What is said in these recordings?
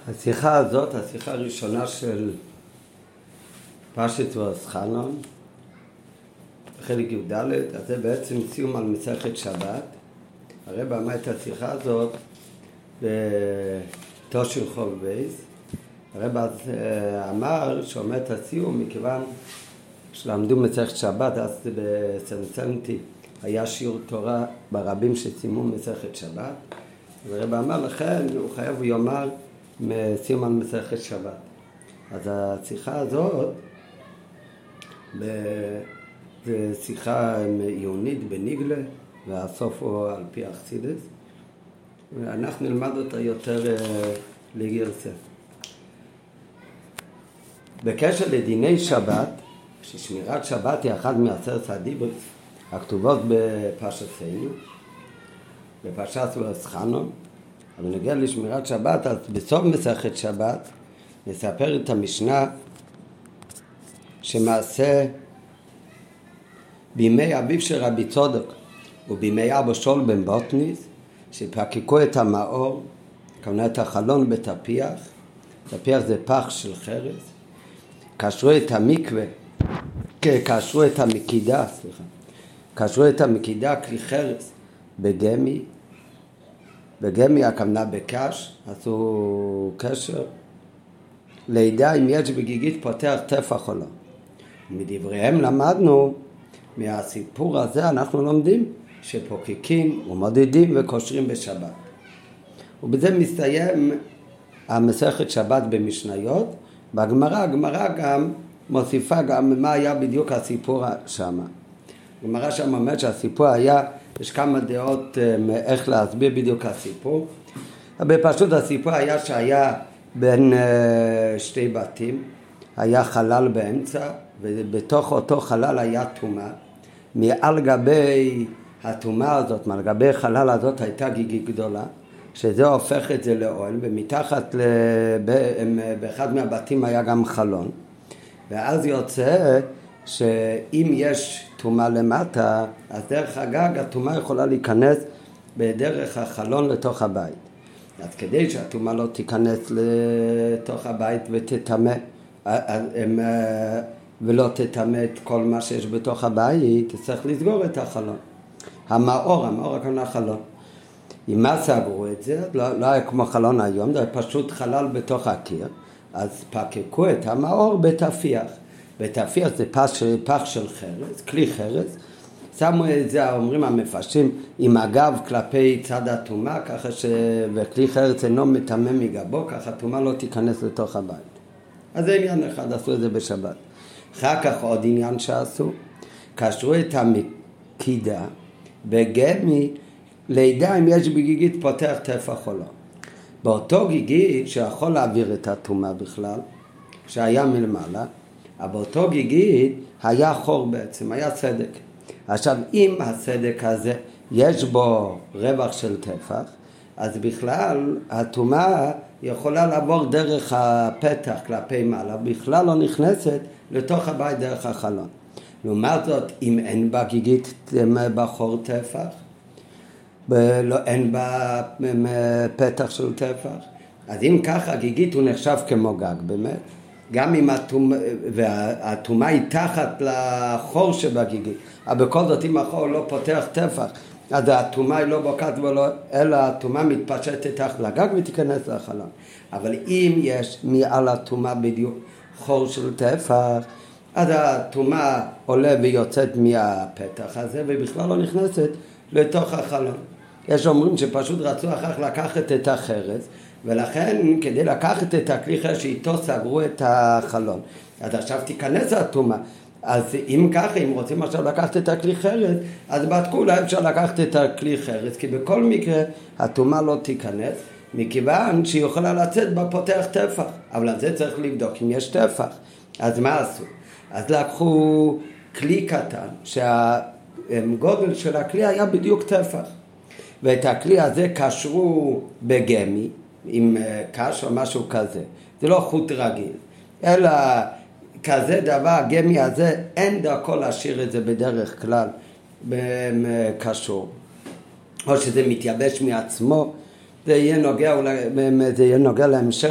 השיחה הזאת, השיחה הראשונה של פרשת ואסחנון, בחלק י"ד, אז זה בעצם סיום על מסכת שבת. הרב אמר את השיחה הזאת בתושל חוב בייס. הרב אמר שאומר את הסיום מכיוון שלמדו מסכת שבת, אז בסנסנטי היה שיעור תורה ברבים שסיימו מסכת שבת. הרב אמר לכן הוא חייב ויאמר סיום על מסכת שבת. אז השיחה הזאת זה שיחה עיונית בניגלה, והסוף הוא על פי אכסידס. אנחנו נלמד אותה יותר לגרסה. בקשר לדיני שבת, ששמירת שבת היא אחת מעשרת הדיברות הכתובות בפרשתנו, בפרשת ואסחנון. אבל נגיע לשמירת שבת, אז בסוף מסכת שבת נספר את המשנה שמעשה בימי אביו של רבי צודק ובימי אבא שאול בן בוטניס, שפקקו את המאור, כמובן את החלון בתפיח. תפיח זה פח של חרס. קשרו את המקווה, קשרו את המקידה, קשרו את המקידה כלי חרס בגמי. בגמי הכוונה בקש, עשו קשר לידע אם יש בגיגית פותח טפח או לא. מדבריהם למדנו, מהסיפור הזה אנחנו לומדים שפוקקים ומודדים וקושרים בשבת. ובזה מסתיים המסכת שבת במשניות. הגמרא גם מוסיפה גם מה היה בדיוק הסיפור שם. הגמרא שם אומרת שהסיפור היה, יש כמה דעות איך להסביר בדיוק הסיפור. בפשוט הסיפור היה שהיה בין שתי בתים, היה חלל באמצע, ובתוך אותו חלל היה טומאה. מעל גבי הטומאה הזאת, מעל גבי חלל הזאת הייתה גיגית גדולה, שזה הופך את זה לאוהל, ומתחת באחד מהבתים היה גם חלון. ואז יוצא שאם יש טומאה למטה, אז דרך הגג הטומאה יכולה להיכנס בדרך החלון לתוך הבית. אז כדי שהטומאה לא תיכנס לתוך הבית ותטמא, ולא תטמא את כל מה שיש בתוך הבית, צריך לסגור את החלון. המאור הכוונה חלון. אם מה סגרו את זה, לא היה כמו חלון היום, זה היה פשוט חלל בתוך הקיר, אז פקקו את המאור בתפיח. בתפיח זה פח של חרס, כלי חרס. שמו את זה, אומרים המפרשים, עם הגב כלפי צד הטומאה, ככה וכלי חרס אינו מטמא מגבו, ככה הטומאה לא תיכנס לתוך הבית. אז זה עניין אחד, עשו את זה בשבת. אחר כך עוד עניין שעשו, קשרו את המקידה בגמי, לידע אם יש בגיגית פותח טפח או לא. באותו גיגית שיכול להעביר את הטומאה בכלל, שהיה מלמעלה, אבל באותו גיגית היה חור בעצם, היה סדק. עכשיו, אם הסדק הזה יש בו רווח של טפח, אז בכלל הטומאה יכולה לעבור דרך הפתח כלפי מעלה, בכלל לא נכנסת לתוך הבית דרך החלון. לעומת זאת, אם אין בה גיגית בחור טפח, אין בה פתח של טפח, אז אם ככה גיגית הוא נחשב כמו גג באמת. גם אם הטומאה היא תחת לחור שבגיגית, אבל בכל זאת אם החור לא פותח טפח, אז הטומאה היא לא בוקעת אלא הטומאה מתפשטת תחת לגג ותיכנס לחלון. אבל אם יש מעל הטומאה בדיוק חור של טפח, אז הטומאה עולה ויוצאת מהפתח הזה ובכלל לא נכנסת לתוך החלון. יש אומרים שפשוט רצו אחר כך לקחת את החרס, ולכן כדי לקחת את הכלי חרס שאיתו סגרו את החלון, אז עכשיו תיכנס הטומאה. אז אם ככה, אם רוצים עכשיו לקחת את הכלי חרס, אז בדקו אולי אפשר לקחת את הכלי חרס, כי בכל מקרה הטומאה לא תיכנס, מכיוון שהיא יכולה לצאת בפותח טפח, אבל על זה צריך לבדוק אם יש טפח. אז מה עשו? אז לקחו כלי קטן, שהגודל של הכלי היה בדיוק טפח, ואת הכלי הזה קשרו בגמי, עם קש או משהו כזה. זה לא חוט רגיל, אלא כזה דבר, גמי הזה, אין דרכו להשאיר את זה בדרך כלל קשור. או שזה מתייבש מעצמו, זה יהיה נוגע להמשך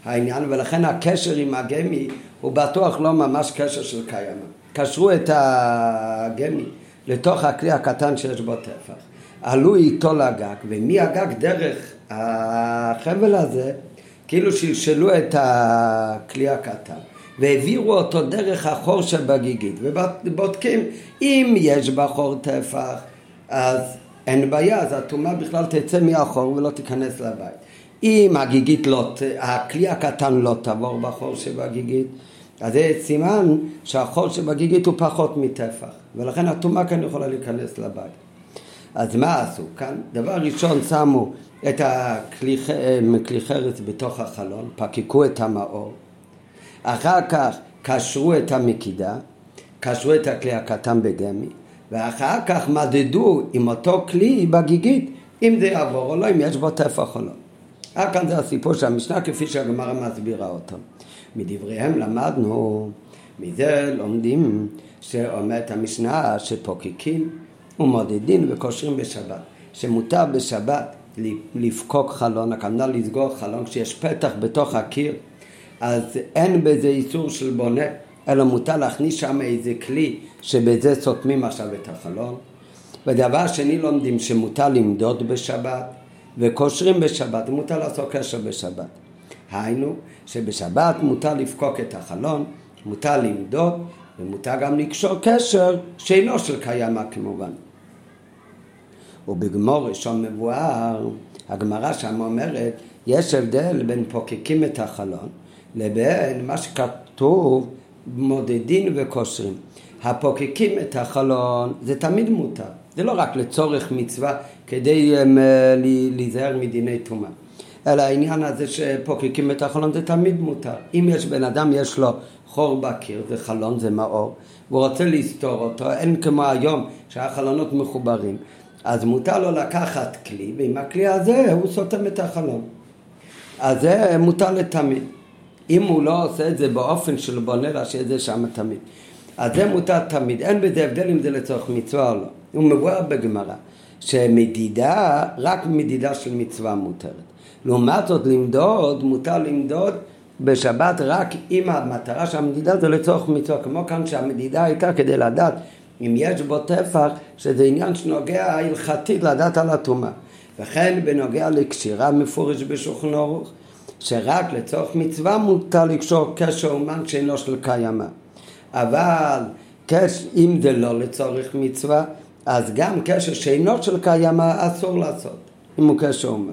העניין, ולכן הקשר עם הגמי הוא בטוח לא ממש קשר של קיימא. קשרו את הגמי לתוך הכלי הקטן שיש בו טפח, עלו איתו לגג, ומהגג דרך החבל הזה כאילו שלשלו את הכלי הקטן והעבירו אותו דרך החור שבגיגית, ובודקים אם יש בחור טפח אז אין בעיה, אז הטומאה בכלל תצא מהחור ולא תיכנס לבית. אם הגיגית לא, הכלי הקטן לא תעבור בחור שבגיגית, אז זה סימן שהחור שבגיגית הוא פחות מטפח, ולכן הטומאה כאן יכולה להיכנס לבית. אז מה עשו כאן? דבר ראשון שמו את הכלי חרס בתוך החלון, פקקו את המאור, אחר כך קשרו את המקידה, קשרו את הכלי הקטן בגמי, ואחר כך מדדו עם אותו כלי בגיגית אם זה יעבור או לא, אם יש בו טפח או לא. כאן זה הסיפור של המשנה כפי שהגמרא מסבירה אותו. מדבריהם למדנו, מזה לומדים שאומרת המשנה שפוקקים ומודדים וקושרים בשבת, שמותר בשבת לפקוק חלון, הכוונה לסגור חלון כשיש פתח בתוך הקיר, אז אין בזה איסור של בונה, אלא מותר להכניס שם איזה כלי שבזה סותמים עכשיו את החלון. ודבר שני לומדים שמותר למדוד בשבת וקושרים בשבת, מותר לעשות קשר בשבת. היינו שבשבת מותר לפקוק את החלון, מותר למדוד ומותר גם לקשור קשר שאינו של קיימא כמובן. ובגמור ראשון מבואר, הגמרא שם אומרת, יש הבדל בין פוקקים את החלון לבין מה שכתוב מודדים וקושרים. הפוקקים את החלון זה תמיד מותר, זה לא רק לצורך מצווה כדי להיזהר מדיני טומאה, אלא העניין הזה שפוקקים את החלון זה תמיד מותר. אם יש בן אדם יש לו חור בקיר, זה חלון, זה מאור, והוא רוצה להסתור אותו, אין כמו היום שהחלונות מחוברים, אז מותר לו לקחת כלי, ועם הכלי הזה הוא סותם את החלון. אז זה מותר לתמיד. אם הוא לא עושה את זה באופן של בונה להשאיר את זה שם תמיד, אז זה מותר תמיד, אין בזה הבדל אם זה לצורך מצווה או לא. הוא מבואר בגמרא שמדידה, רק מדידה של מצווה מותרת. לעומת זאת למדוד, מותר למדוד בשבת רק אם המטרה של המדידה זה לצורך מצווה, כמו כאן שהמדידה הייתה כדי לדעת אם יש בו טפח, שזה עניין שנוגע הלכתית לדעת על הטומאה. וכן בנוגע לקשירה מפורש בשולחן ערוך, שרק לצורך מצווה מותר לקשור קשר אומן שאינו של קיימא. אבל אם זה לא לצורך מצווה, אז גם קשר שאינו של קיימא אסור לעשות, אם הוא קשר אומן.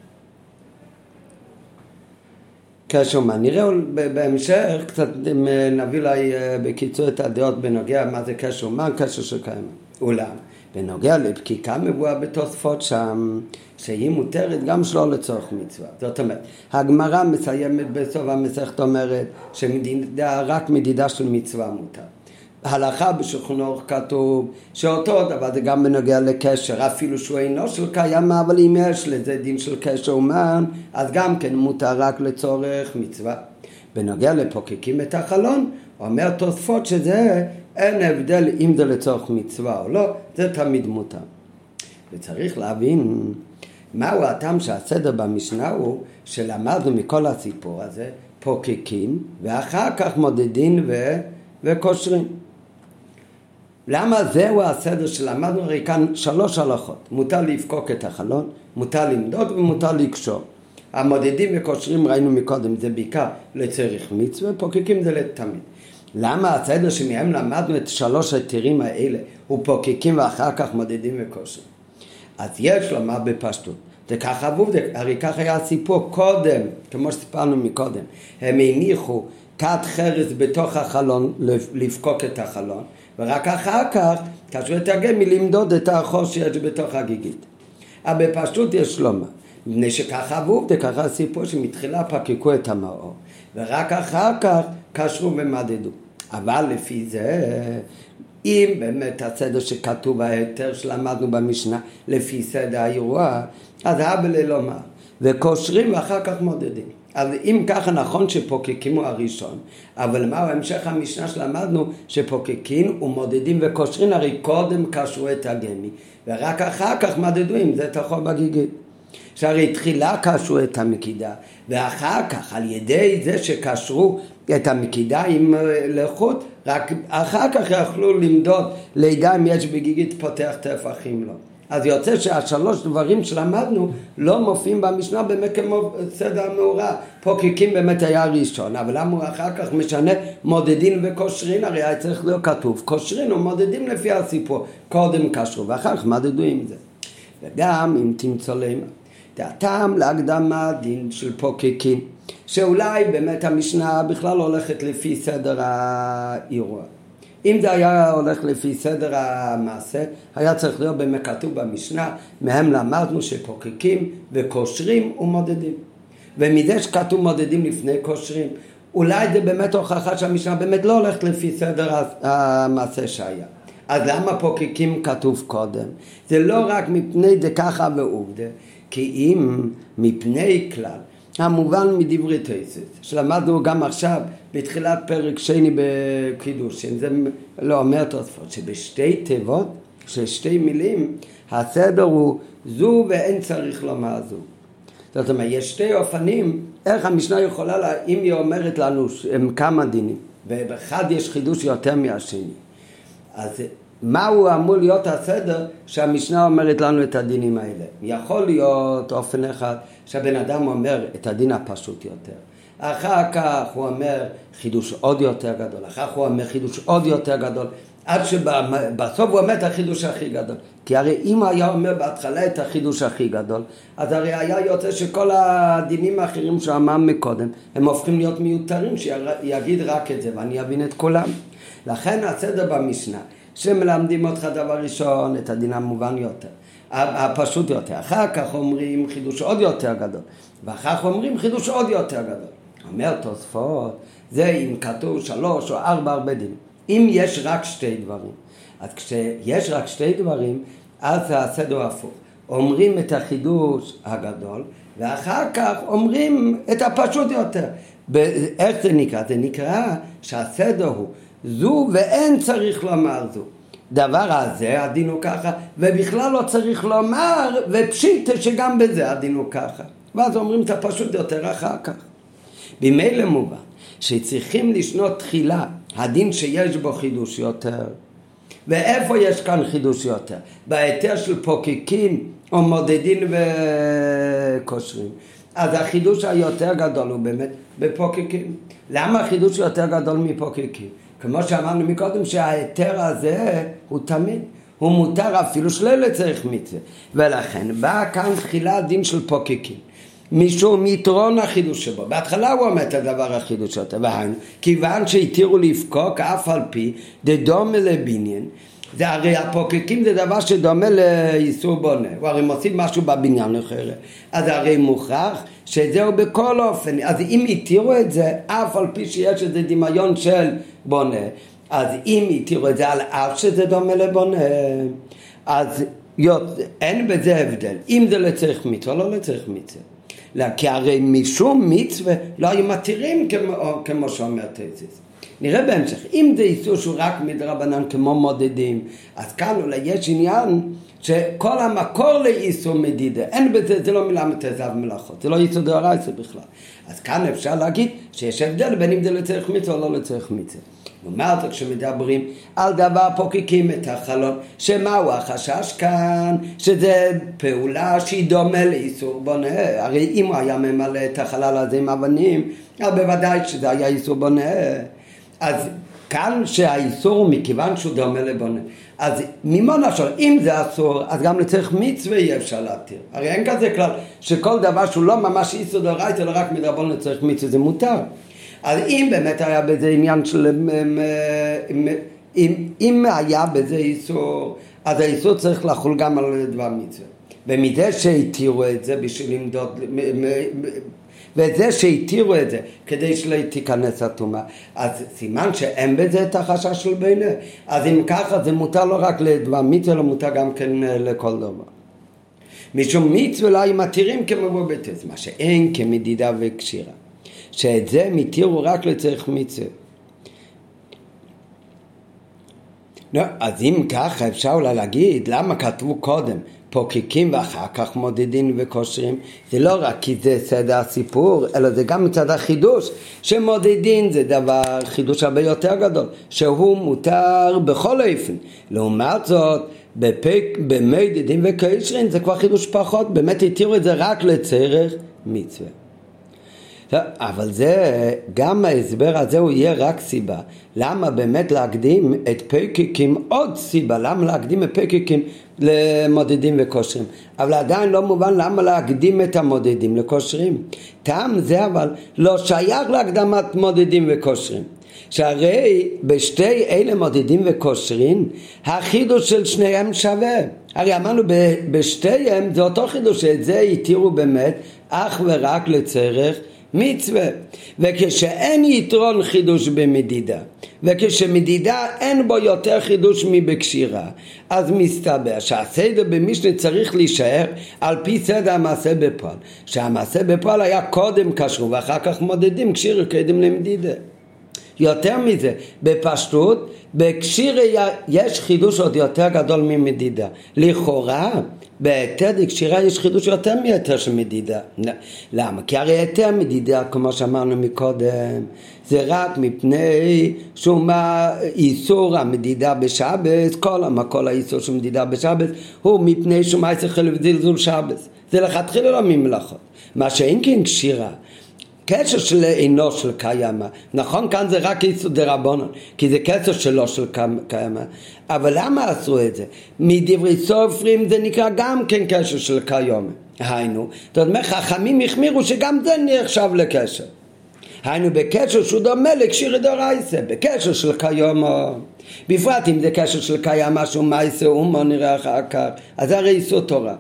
קשר אומן. נראה בהמשך, קצת נביא לי בקיצור את הדעות בנוגע מה זה קשר אומן, קשר של קיימא. אולם, בנוגע לפקיקה מבואר בתוספות שם, שהיא מותרת גם שלא לצורך מצווה. זאת אומרת, הגמרא מסיימת בסוף המסכת אומרת שמדידה, רק מדידה של מצווה מותר. ההלכה בשולחן ערוך כתוב שאותו דבר זה גם בנוגע לקשר, אפילו שהוא אינו של קיימא, אבל אם יש לזה דין של קשר אומן, אז גם כן מותר רק לצורך מצווה. בנוגע לפוקקים את החלון, אומר תוספות שזה אין הבדל אם זה לצורך מצווה או לא, זה תמיד מותר. וצריך להבין מהו הטעם שהסדר במשנה הוא שלמדנו מכל הסיפור הזה פוקקים ואחר כך מודדים וקושרים. למה זהו הסדר שלמדנו? הרי כאן 3 הלכות, מותר לפקוק את החלון, מותר למדוד ומותר לקשור. המודדים וקושרים ראינו מקודם, זה בעיקר לצורך מצווה, פוקקים זה לתמיד. למה הסדר שמהם למדנו את 3 היתרים האלה הוא פוקקים ואחר כך מודדים וקושרים? אז יש לומר בפשטות, זה ככה עבוד, הרי ככה היה הסיפור קודם, כמו שסיפרנו מקודם, הם הניחו כת חרס בתוך החלון לפקוק את החלון, ורק אחר כך קשרו את הגמי למדוד את החור שיש בתוך הגיגית. אבל בפשטות יש לומר, מפני שככה עבוד, זה ככה הסיפור שמתחילה פקקו את המאור, ורק אחר כך קשרו ומדדו. אבל לפי זה, אם באמת הסדר שכתוב ההיתר שלמדנו במשנה, לפי סדר האירוע, אז הבלה לומר, וקושרים ואחר כך מודדים. אז אם ככה נכון שפוקקים הוא הראשון, אבל מהו המשך המשנה שלמדנו שפוקקים ומודדים וקושרים, הרי קודם קשרו את הגמי, ורק אחר כך מדדו אם זה תחור בגיגית. שהרי תחילה קשרו את המקידה, ואחר כך על ידי זה שקשרו את המקידה עם לחוט, רק אחר כך יכלו למדוד לידה אם יש בגיגית פותח טפחים לו. אז יוצא שהשלוש דברים שלמדנו לא מופיעים במשנה באמת כמו סדר המאורע. פוקקים באמת היה ראשון, אבל למה הוא אחר כך משנה מודדין וקושרין? הרי היה צריך להיות כתוב קושרין ומודדים לפי הסיפור, קודם קשרו ואחר כך מדדו עם זה. וגם אם תמצא להם הטעם להקדמה דין של פוקקים, שאולי באמת המשנה בכלל הולכת לפי סדר האירוע. אם זה היה הולך לפי סדר המעשה, היה צריך להיות באמת כתוב במשנה, מהם למדנו שפוקקים וקושרים ומודדים. ומזה שכתוב מודדים לפני קושרים, אולי זה באמת הוכחה שהמשנה באמת לא הולכת לפי סדר המעשה שהיה. אז למה פוקקים כתוב קודם? זה לא רק מפני זה ככה ועובדה, כי אם מפני כלל, המובן מדברי תוספות, שלמדנו גם עכשיו בתחילת פרק שני בקידושין, זה לא אומר תוספות, שבשתי תיבות, ששתי מילים, הסדר הוא זו ואין צריך לומר זו. זאת אומרת, יש שתי אופנים, איך המשנה יכולה, אם היא אומרת לנו כמה דינים, ובאחד יש חידוש יותר מהשני, אז מהו אמור להיות הסדר שהמשנה אומרת לנו את הדינים האלה? יכול להיות אופן אחד שהבן אדם אומר את הדין הפשוט יותר. אחר כך הוא אומר חידוש עוד יותר גדול. אחר כך הוא אומר חידוש עוד יותר גדול. עד שבסוף הוא אומר את החידוש הכי גדול. כי הרי אם הוא היה אומר בהתחלה את החידוש הכי גדול, אז הרי היה יוצא שכל הדינים האחרים שאמר מקודם, הם הופכים להיות מיותרים, שיגיד רק את זה ואני אבין את כולם. לכן הסדר במשנה, שמלמדים אותך דבר ראשון את הדין המובן יותר, הפשוט יותר, אחר כך אומרים חידוש עוד יותר גדול, ואחר כך אומרים חידוש עוד יותר גדול. אומר תוספות, זה אם כתוב 3 או 4 הרבה דינים. אם יש רק שתי דברים, אז כשיש רק שתי דברים, אז הסדר הפוך. אומרים את החידוש הגדול, ואחר כך אומרים את הפשוט יותר. איך זה נקרא? זה נקרא שהסדר הוא זו ואין צריך לומר זו. דבר הזה הדין הוא ככה, ובכלל לא צריך לומר, ופשיט שגם בזה הדין הוא ככה. ואז אומרים את הפשוט יותר אחר כך. במילא מובן שצריכים לשנות תחילה הדין שיש בו חידוש יותר. ואיפה יש כאן חידוש יותר? בהיתר של פוקקים או מודדים וקושרים. אז החידוש היותר גדול הוא באמת בפוקקים. למה החידוש יותר גדול מפוקקים? כמו שאמרנו מקודם שההיתר הזה הוא תמיד, הוא מותר אפילו שלא צריך מצווה. ולכן בא כאן תחילה דין של פוקקים. משום יתרון החידוש שבו. בהתחלה הוא אומר את הדבר החידוש יותר. כיוון שהתירו לפקוק אף על פי דדומה לבניין. זה הרי הפוקקים זה דבר שדומה לאיסור בונה. הוא הרי מוסיף משהו בבניין אחרת. אז הרי מוכרח שזהו בכל אופן. אז אם התירו את זה, אף על פי שיש איזה דמיון של בונה, אז אם התירו את זה על אף שזה דומה לבונה, אז אין בזה הבדל. אם זה לצריך מצווה, לא לצריך מצווה. כי הרי משום מצווה לא היו מתירים כמו שאומר תזיז. נראה בהמשך, אם זה איסור שהוא רק מדרבנן כמו מודדים, אז כאן אולי יש עניין שכל המקור לאיסור מדידה, אין בזה, זה לא מילה מתזב מלאכות, זה לא איסור דאורייתא בכלל. אז כאן אפשר להגיד שיש הבדל בין אם זה לצריך מצווה או לא לצריך מצווה. אומרת, כשמדברים על דבר פוקקים את החלון, שמהו החשש כאן? שזה פעולה שהיא דומה לאיסור בונה. הרי אם הוא היה ממלא את החלל הזה עם אבנים, אז בוודאי שזה היה איסור בונה. אז כאן שהאיסור הוא מכיוון שהוא דומה לבונה. אז ממה נשאר, אם זה אסור, אז גם לצריך מצווה יהיה אפשר להתיר. הרי אין כזה כלל שכל דבר שהוא לא ממש איסור דאורייתא, אלא רק מדרבנן לצריך מצווה, זה מותר. אז אם באמת היה בזה עניין של, אם היה בזה איסור, אז האיסור צריך לחול גם על דבר מצווה. ומזה שהתירו את זה בשביל למדוד, וזה שהתירו את זה כדי שלא תיכנס הטומאה, אז סימן שאין בזה את החשש של בינה. אז אם ככה זה מותר לא רק לדבר מצווה, אלא מותר גם כן לכל דבר. משום מצווה לא היו מתירים כמו בבטס, מה שאין כמדידה וקשירה. שאת זה מתירו רק לצריך מצווה. אז אם ככה אפשר אולי להגיד למה כתבו קודם פוקקים ואחר כך מודדים וקושרים. זה לא רק כי זה סדר הסיפור, אלא זה גם מצד החידוש, שמודדים זה דבר, חידוש הרבה יותר גדול, שהוא מותר בכל אופן. לעומת זאת, במודדים וקושרים זה כבר חידוש פחות, באמת התירו את זה רק לצורך מצווה. אבל זה, גם ההסבר הזה הוא יהיה רק סיבה. למה באמת להקדים את פקקים? עוד סיבה, למה להקדים את פקקים למודדים וקושרים? אבל עדיין לא מובן למה להקדים את המודדים לקושרים. טעם זה אבל לא שייך להקדמת מודדים וקושרים. שהרי בשתי אלה מודדים וקושרים, החידוש של שניהם שווה. הרי אמרנו בשתיהם זה אותו חידוש, שאת זה התירו באמת אך ורק לצורך מצווה. וכשאין יתרון חידוש במדידה, וכשמדידה אין בו יותר חידוש מבקשירה, אז מסתבר שהסדר במשנה צריך להישאר על פי סדר המעשה בפועל, שהמעשה בפועל היה קודם קשור ואחר כך מודדים קשיר קודם למדידה. יותר מזה, בפשטות, בקשיר יש חידוש עוד יותר גדול ממדידה. לכאורה, בהיתר דקשירה יש חידוש יותר מהיתר של מדידה. למה? כי הרי היתר מדידה, כמו שאמרנו מקודם, זה רק מפני שום איסור המדידה בשבס, כל האיסור של מדידה בשבס, הוא מפני שום איסור חלב זלזול שבס. זה לכתחילה לא ממלאכות. מה שאין כן קשירה, קשר של אינו של קיימה, נכון כאן זה רק איסור דרבנן, כי זה קשר שלו של קיימה, אבל למה עשו את זה? מדברי סופרים זה נקרא גם כן קשר של קיימה, היינו, זאת אומרת חכמים החמירו שגם זה נחשב לקשר, היינו בקשר שהוא דומה לקשיר דאורייתא, בקשר של קיימה, בפרט אם זה קשר של קיימה שהוא מעשה ומה נראה אחר כך, אז הרי איסור תורה.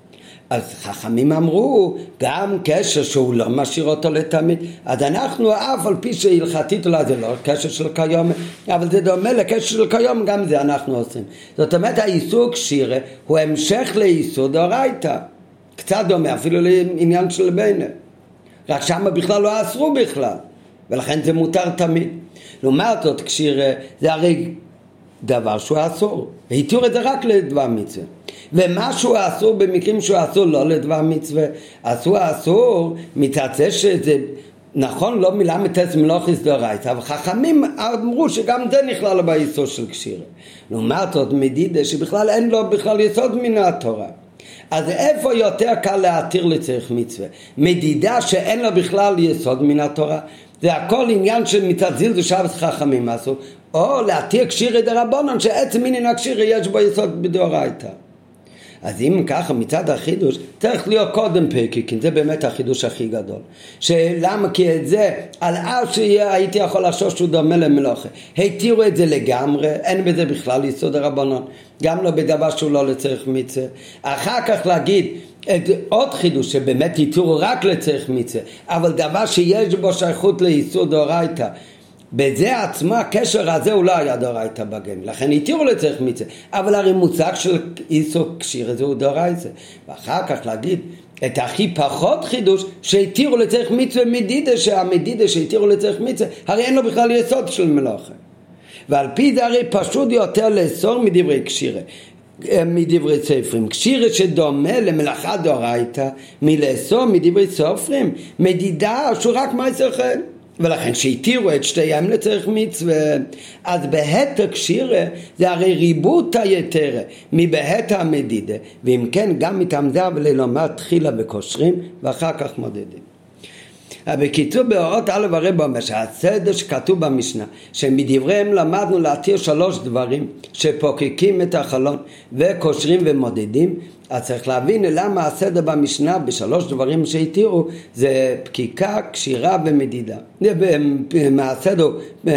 אז חכמים אמרו, גם קשר שהוא לא משאיר אותו לתמיד, אז אנחנו אף על פי שהלכתית אולי זה לא קשר של כיום, אבל זה דומה לקשר של כיום, גם זה אנחנו עושים. זאת אומרת, האיסור קשירה הוא המשך לאיסור דאורייתא, קצת דומה, אפילו לעניין של בינה. רק שם בכלל לא אסרו בכלל, ולכן זה מותר תמיד. לעומת זאת, קשירה זה הרי דבר שהוא אסור, והתירו את זה רק לדבר מצווה. ומה שהוא אסור במקרים שהוא אסור לא לדבר מצווה, אסור מצד זה שזה נכון לא מילה מתס מלוכיס דאורייתא, אבל חכמים אמרו שגם זה נכלל באיסור של קשירה. לעומת זאת מדידה שבכלל אין לו בכלל יסוד מן התורה, אז איפה יותר קל להתיר לצורך מצווה? מדידה שאין לה בכלל יסוד מן התורה, זה הכל עניין של מצד זלזול שבס חכמים עשו, או להתיר קשירה דרבנן שעצם עניין הקשירה יש בו יסוד בדאורייתא. אז אם ככה מצד החידוש צריך להיות קודם פקקים, זה באמת החידוש הכי גדול. שלמה? כי את זה על אף שהייתי יכול לחשוב שהוא דומה למלוכה, התירו את זה לגמרי, אין בזה בכלל יסוד הרבנון, גם לא בדבר שהוא לא לצריך מצווה. אחר כך להגיד את עוד חידוש שבאמת התירו רק לצריך מצווה, אבל דבר שיש בו שייכות לאיסור דאורייתא, בזה עצמו הקשר הזה הוא לא היה דאורייתא בגן, לכן התירו לצריך מצווה, אבל הרי מושג של איסור קשיר זה הוא דאורייתא. ואחר כך להגיד את הכי פחות חידוש שהתירו לצריך מצווה מדידה, שהמדידה שהתירו לצריך מצווה הרי אין לו בכלל יסוד של מלאכה, ועל פי זה הרי פשוט יותר לאסור מדברי קשירה, מדברי סופרים. קשירה שדומה למלאכה דאורייתא מלאסור מדברי סופרים מדידה שהוא רק מעשר חן, ולכן שהתירו את שתיהם לצריך מצווה. אז בהתר קשירה זה הרי ריבות היתרה מבהתר המדידה, ואם כן גם מתעמדה וללומד תחילה וקושרים ואחר כך מודדים. בקיצור באורות א' הרב אומר שהסדר שכתוב במשנה שמדבריהם למדנו להתיר 3 דברים שפוקקים את החלון וקושרים ומודדים, אז צריך להבין למה הסדר במשנה ב3 דברים שהתירו זה פקיקה, קשירה ומדידה. מהסדר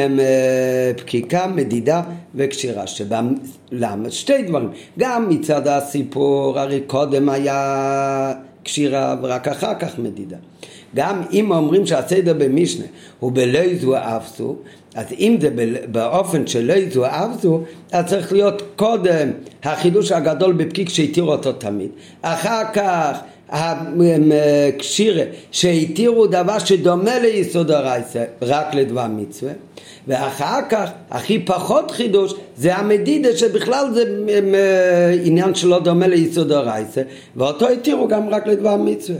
פקיקה, מדידה וקשירה. למה? 2 דברים. גם מצד הסיפור הרי קודם היה קשירה ורק אחר כך מדידה. גם אם אומרים שהסדר במשנה הוא בלא יזו אפסו, אז אם זה באופן שלא יזו אפסו, אז צריך להיות קודם החידוש הגדול בפקיק שהתיר אותו תמיד, אחר כך הקשירה שהתירו דבר שדומה ליסוד הרייסה רק לדבר מצווה, ואחר כך הכי פחות חידוש זה המדידה שבכלל זה עניין שלא דומה ליסוד הרייסה, ואותו התירו גם רק לדבר מצווה.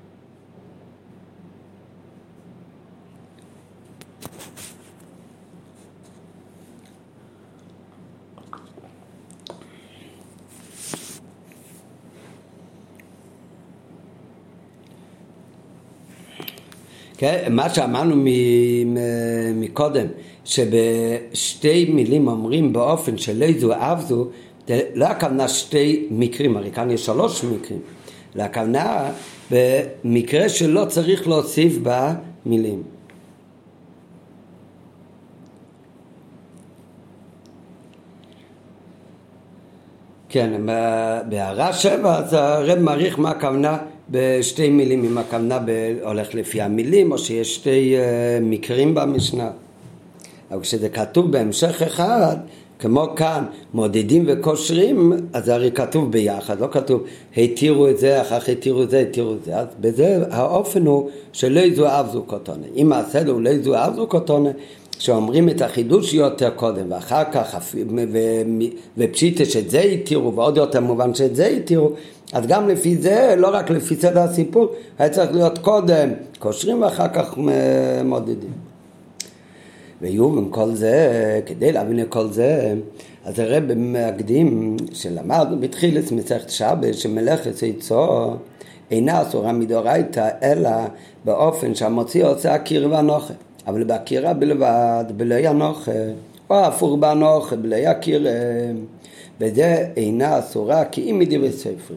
מה שאמרנו מקודם, שבשתי מילים אומרים באופן שלא זו אף זו, לא הכוונה שתי מקרים, הרי כאן יש 3 מקרים, לא הכוונה במקרה שלא צריך להוסיף במילים. כן, בהערה 7 אז הרב מעריך מה הכוונה בשתי מילים, אם הכוונה הולך לפי המילים או שיש שתי מקרים במשנה. אבל כשזה כתוב בהמשך אחד, כמו כאן מודדים וקושרים, אז זה הרי כתוב ביחד, לא כתוב התירו את זה, אחר כך התירו את זה, התירו את זה. אז בזה האופן הוא שלא יזו אף זו קוטונה. אם הסדר הוא לא יזו אף זו קוטונה, שאומרים את החידוש יותר קודם ואחר כך ופשיטה שאת זה התירו ועוד יותר מובן שאת זה התירו, אז גם לפי זה, לא רק לפי סדר הסיפור, היה צריך להיות קודם קושרים ואחר כך מודדים. ויהיו עם כל זה, כדי להבין את כל זה, אז הרב מקדים שלמדנו בתחילת מסכת שבת שמלאכת יצוא אינה אסורה מדאורייתא אלא באופן שהמוציא עושה עקיר ואנוכה, אבל בעקירה בלבד, בלא אנוכה, או הפוך באנוכה, בלא עקיר, וזה אינה אסורה כי אם מדברי ספרים.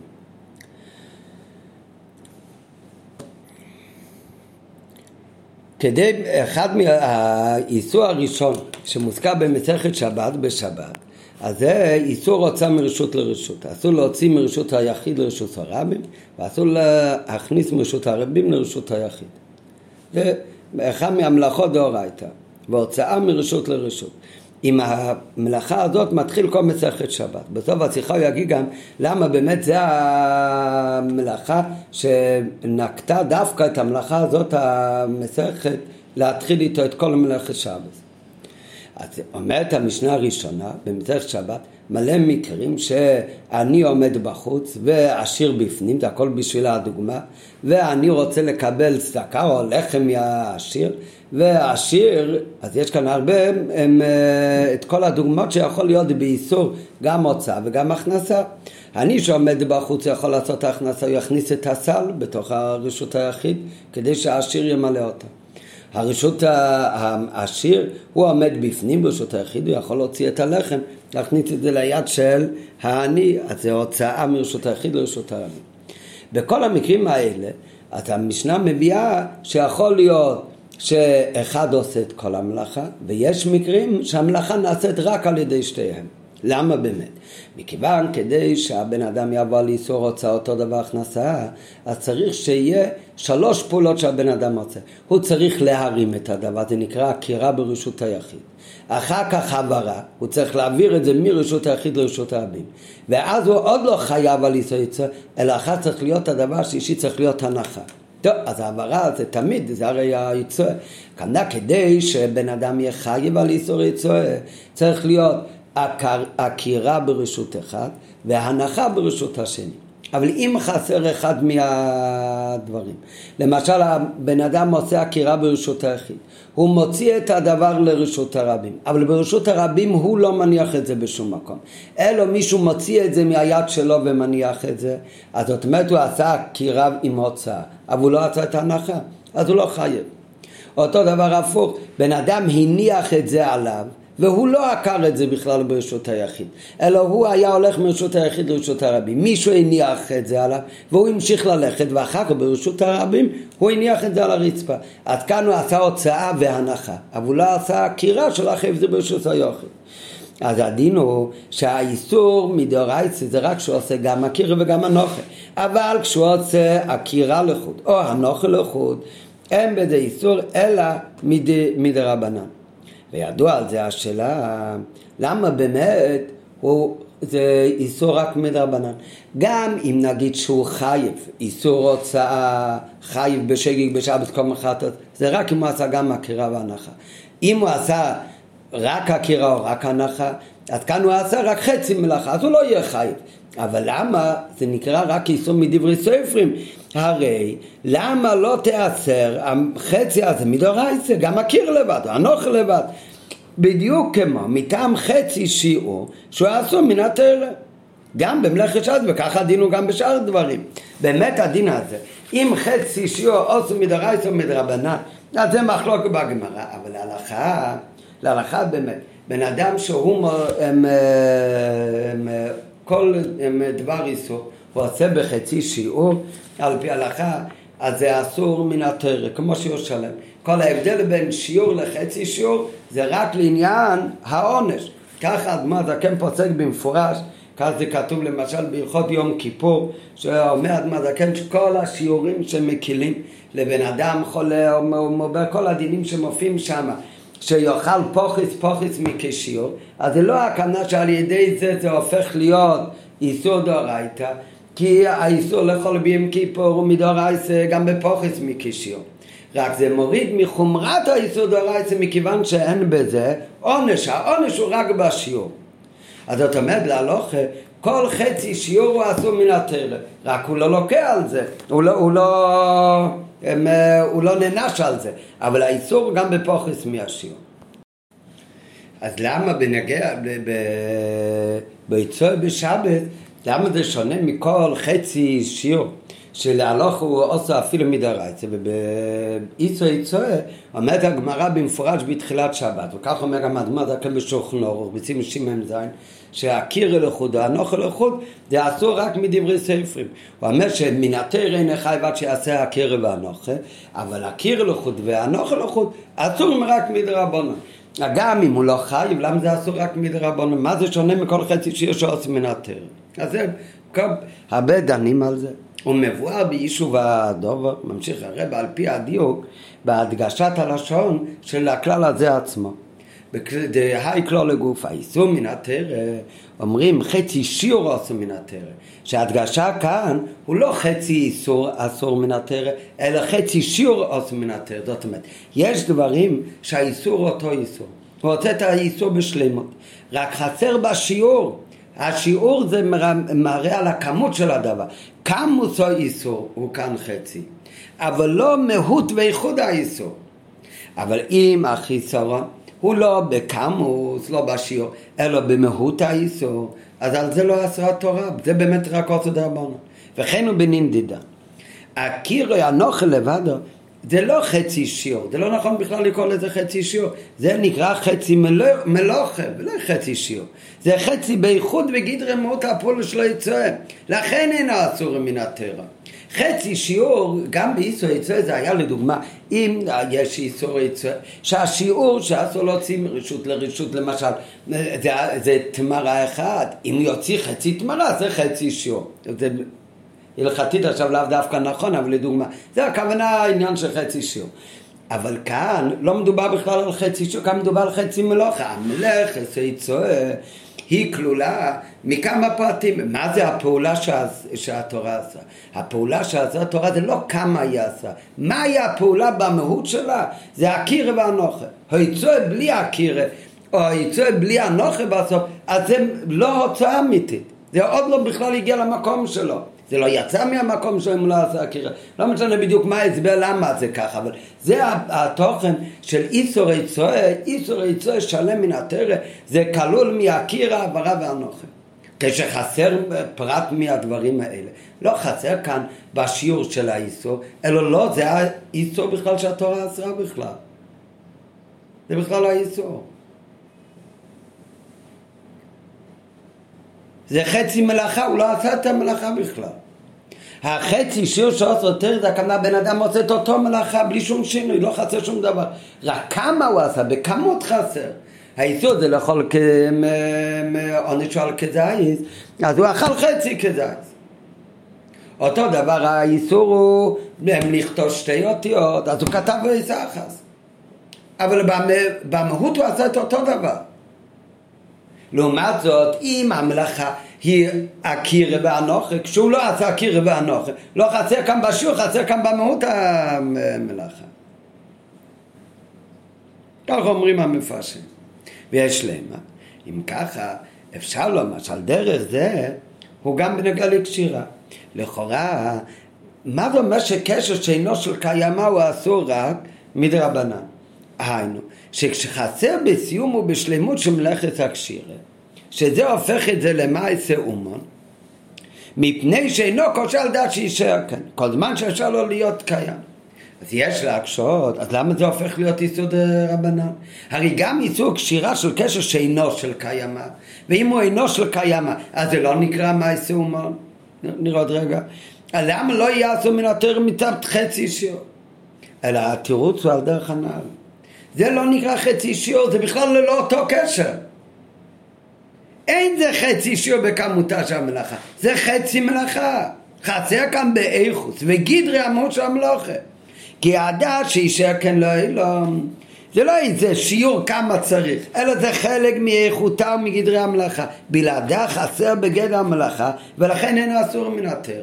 כדי אחד מהאיסור הראשון שמוזכר במסכת שבת בשבת, אז זה איסור הוצאה מרשות לרשות. אסור להוציא מרשות היחיד לרשות הרבים, ואסור להכניס מרשות הרבים לרשות היחיד. זה אחד מהמלאכות דאורייתא, והוצאה מרשות לרשות. עם המלאכה הזאת מתחיל כל מסכת שבת. בסוף השיחה הוא יגיד גם למה באמת זה המלאכה שנקטה דווקא את המלאכה הזאת המסכת להתחיל איתו את כל מלאכת שבת. אז אומרת המשנה הראשונה במסכת שבת מלא מקרים שאני עומד בחוץ ועשיר בפנים, זה הכל בשביל הדוגמה, ואני רוצה לקבל צדקה או לחם מהעשיר, והעשיר, אז יש כאן הרבה את כל הדוגמאות שיכול להיות באיסור גם הוצאה וגם הכנסה. אני שעומד בחוץ יכול לעשות הכנסה, הוא יכניס את הסל בתוך הרשות היחיד כדי שהעשיר ימלא אותה. הרשות העשיר הוא עומד בפנים ברשות היחיד, הוא יכול להוציא את הלחם, להכניס את זה ליד של העני, אז זה הוצאה מרשות היחיד לרשות העני. בכל המקרים האלה, אז המשנה מביאה שיכול להיות שאחד עושה את כל המלאכה, ויש מקרים שהמלאכה נעשית רק על ידי שתיהם. למה באמת? מכיוון כדי שהבן אדם יבוא לאיסור הוצאה אותו דבר הכנסה, אז צריך שיהיה 3 פעולות שהבן אדם עושה. הוא צריך להרים את הדבר, זה נקרא עקירה ברשות היחיד. אחר כך העברה, הוא צריך להעביר את זה מרשות היחיד לרשות הרבים. ואז הוא עוד לא חייב על איסור יצוא, אלא אחר צריך להיות הדבר שישי, צריך להיות הנחה. טוב, אז העברה זה תמיד, זה הרי היצוא. כמובן כדי שבן אדם יהיה חייב על איסור יצוא, צריך להיות עקירה ברשות אחד והנחה ברשות השני. אבל אם חסר אחד מהדברים, למשל הבן אדם עושה עקירה ברשות היחיד, הוא מוציא את הדבר לרשות הרבים, אבל ברשות הרבים הוא לא מניח את זה בשום מקום, אלא מישהו מוציא את זה מהיד שלו ומניח את זה, אז זאת אומרת הוא עשה עקירה עם הוצאה, אבל הוא לא עשה את ההנחה, אז הוא לא חייב. אותו דבר הפוך, בן אדם הניח את זה עליו, והוא לא עקר את זה בכלל ברשות היחיד, אלא הוא היה הולך מרשות היחיד לרשות הרבים. מישהו הניח את זה עליו, והוא המשיך ללכת, ואחר כך ברשות הרבים הוא הניח את זה על הרצפה. אז כאן הוא עשה הוצאה והנחה, אבל הוא לא עשה עקירה של החייב זה ברשות היחיד. אז הדין הוא שהאיסור מדאורייתא זה רק שהוא עושה גם עקירה וגם הנוחה, אבל כשהוא עושה עקירה לחוד או הנוחה לחוד, אין בזה איסור אלא מדרבנן. וידוע על זה השאלה, למה באמת הוא זה איסור רק מדרבנן. גם אם נגיד שהוא חייב, איסור הוצאה, חייב בשגיג בשבת כל מחטות, זה רק אם הוא עשה גם עקירה והנחה. אם הוא עשה רק עקירה או רק הנחה, אז כאן הוא עשה רק חצי מלאכה, אז הוא לא יהיה חייב. אבל למה זה נקרא רק איסור מדברי סופרים? הרי למה לא תיאסר החצי הזה מדאורייתא, גם עקיר לבד, הנחה לבד, בדיוק כמו מטעם חצי שיעור שהוא אסור מן התורה, גם במלאכת שבת, וככה הדין הוא גם בשאר דברים. באמת הדין הזה, אם חצי שיעור אסור מדאורייתא או מדרבנן, אז זה מחלוקת בגמרא. אבל להלכה באמת, בן אדם שהוא כל דבר איסור הוא עושה בחצי שיעור על פי ההלכה, אז זה אסור מן התורה, כמו שיעור שלם. כל ההבדל בין שיעור לחצי שיעור זה רק לעניין העונש. ככה אדמו"ר הזקן פוסק במפורש, כך זה כתוב למשל בהלכות יום כיפור, שאומר אדמו"ר הזקן שכל השיעורים שמקילים לבן אדם חולה, כל הדינים שמופיעים שם, שיאכל פוחס מכשיור, אז זה לא הכוונה שעל ידי זה הופך להיות איסור דאורייתא, כי האיסור לאכול ביום כיפור הוא מדאורייתא גם בפוחס מכשיור. רק זה מוריד מחומרת האיסור דאורייתא מכיוון שאין בזה עונש, העונש הוא רק בשיעור. אז זאת אומרת להלכה, כל חצי שיעור הוא אסור מן התורה, רק הוא לא לוקח על זה, הוא לא נענש על זה, אבל האיסור גם בפוחס מהשיעור. אז למה בנגע ביצוע בשבת, למה זה שונה מכל חצי שיעור שלהלכה הוא עושה אפילו מדאורייתא? ובאיצוע אומרת הגמרא במפורש בתחילת שבת, וכך אומר גם אדמו"ר הזקן בשולחן ערוך בציון שמ"ז, שהעקירה לחוד והנחה לחוד זה אסור רק מדברי סופרים. הוא אומר שמן התורה אין חייב עד שיעשה העקירה והנחה, אבל העקירה לחוד והנחה לחוד אסור רק מדרבנן. גם אם הוא לא חייב, למה זה אסור רק מדרבנן? מה זה שונה מכל חצי שיעור שעושה מן התורה? אז זה הרבה דנים על זה. הוא מבואר ביישוב הדובר, ממשיך הרב על פי הדיוק בהדגשת הלשון של הכלל הזה עצמו. בהי כלל לגוף, האיסור מן התורה, אומרים חצי שיעור אסור מן התורה, שההדגשה כאן הוא לא חצי איסור אסור מן התורה, אלא חצי שיעור אסור מן התורה. זאת אומרת, יש דברים שהאיסור אותו איסור, הוא רוצה את האיסור בשלמות, רק חסר בשיעור. השיעור זה מראה על הכמות של הדבר, כמות האיסור הוא כאן חצי, אבל לא מהות ואיחוד האיסור. אבל אם החיסרון הוא לא בכמות, לא בשיעור, אלא במהות האיסור, אז על זה לא אסרה תורה, זה באמת רק עושה דרבנן. וכן הוא בנינדידה. עקירה הנחה לבדו, זה לא חצי שיעור, זה לא נכון בכלל לקרוא לזה חצי שיעור, זה נקרא חצי מלוכה, ולא חצי שיעור. זה חצי בייחוד וגדרי מהות הפעולה שלו יצואה, לכן אינו אסור מן התורה. חצי שיעור, גם באיסור יצואה זה היה לדוגמה, אם יש איסור יצואה, שהשיעור שאסור להוציא מרשות לרשות, למשל, זה תמרה אחד, אם יוציא חצי תמרה זה חצי שיעור. זה הלכתית עכשיו לאו דווקא נכון, אבל לדוגמה, זה הכוונה העניין של חצי שיעור. אבל כאן לא מדובר בכלל על חצי שיעור, כאן מדובר על חצי מלאכה. המלאכת יצואה היא כלולה מכמה פרטים. מה זה הפעולה שהתורה עשה? הפעולה שעשה התורה זה לא כמה היא עשה. מהי הפעולה במהות שלה? זה העקירה והנחה. היצואה בלי העקירה, או היצואה בלי הנחה בסוף, אז זה לא הוצאה אמיתית. זה עוד לא בכלל הגיע למקום שלו. זה לא יצא מהמקום שלו אם לא עשה עקירה. לא משנה בדיוק מה ההסבר למה זה ככה, אבל זה התוכן של איסור יצואה. איסור יצואה שלם מן התורה, זה כלול מהעקירה, העברה והנחה. כשחסר פרט מהדברים האלה, לא חסר כאן בשיעור של האיסור, אלא לא, זה האיסור בכלל שהתורה אסרה בכלל. זה בכלל לא האיסור. זה חצי מלאכה, הוא לא עשה את המלאכה בכלל. החצי שיעור שעושה יותר, זה הכוונה בן אדם עושה את אותו מלאכה בלי שום שינוי, לא חסר שום דבר. רק כמה הוא עשה, בכמות חסר. האיסור זה לאכול עונש על כזית, אז הוא אכל חצי כזית. אותו דבר האיסור הוא לכתוב שתי אותיות, אז הוא כתב ביחס. אבל במהות הוא עשה את אותו דבר. לעומת זאת, אם המלאכה היא הקירה והנוחה, כשהוא לא עשה הקירה והנוחה, לא חסר כאן בשיעור, חסר כאן במהות המלאכה. כך אומרים המפרשים. ויש למה, אם ככה, אפשר לומר שעל דרך זה, הוא גם בנוגע לקשירה. לכאורה, מה זה אומר שקשר שאינו של קיימה הוא אסור רק מדרבנן? היינו, שכשחסר בסיום ובשלמות של מלאכת הקשירה, שזה הופך את זה למעשה אומן, מפני שאינו קושר על דעת שישאר כאן, כל זמן שאפשר לו להיות קיים. אז יש להקשות, אז למה זה הופך להיות איסור דרבנן? הרי גם איסור קשירה של קשר שאינו של קיימה, ואם הוא אינו של קיימה, אז זה לא נקרא מעשה אומן. נראה עוד רגע. למה לא יעשו מן התורה מצד חצי שיעור? אלא התירוץ הוא על דרך הנעל. זה לא נקרא חצי שיעור, זה בכלל לא אותו קשר. אין זה חצי שיעור בכמותה של המלאכה, זה חצי מלאכה. חסר כאן באיכות וגדרי המות של המלאכה. כי הדעת שישאר כן לא אילום, זה לא איזה שיעור כמה צריך, אלא זה חלק מאיכותה ומגדרי המלאכה. בלעדה חסר בגדר המלאכה, ולכן אין אסור מן התורה.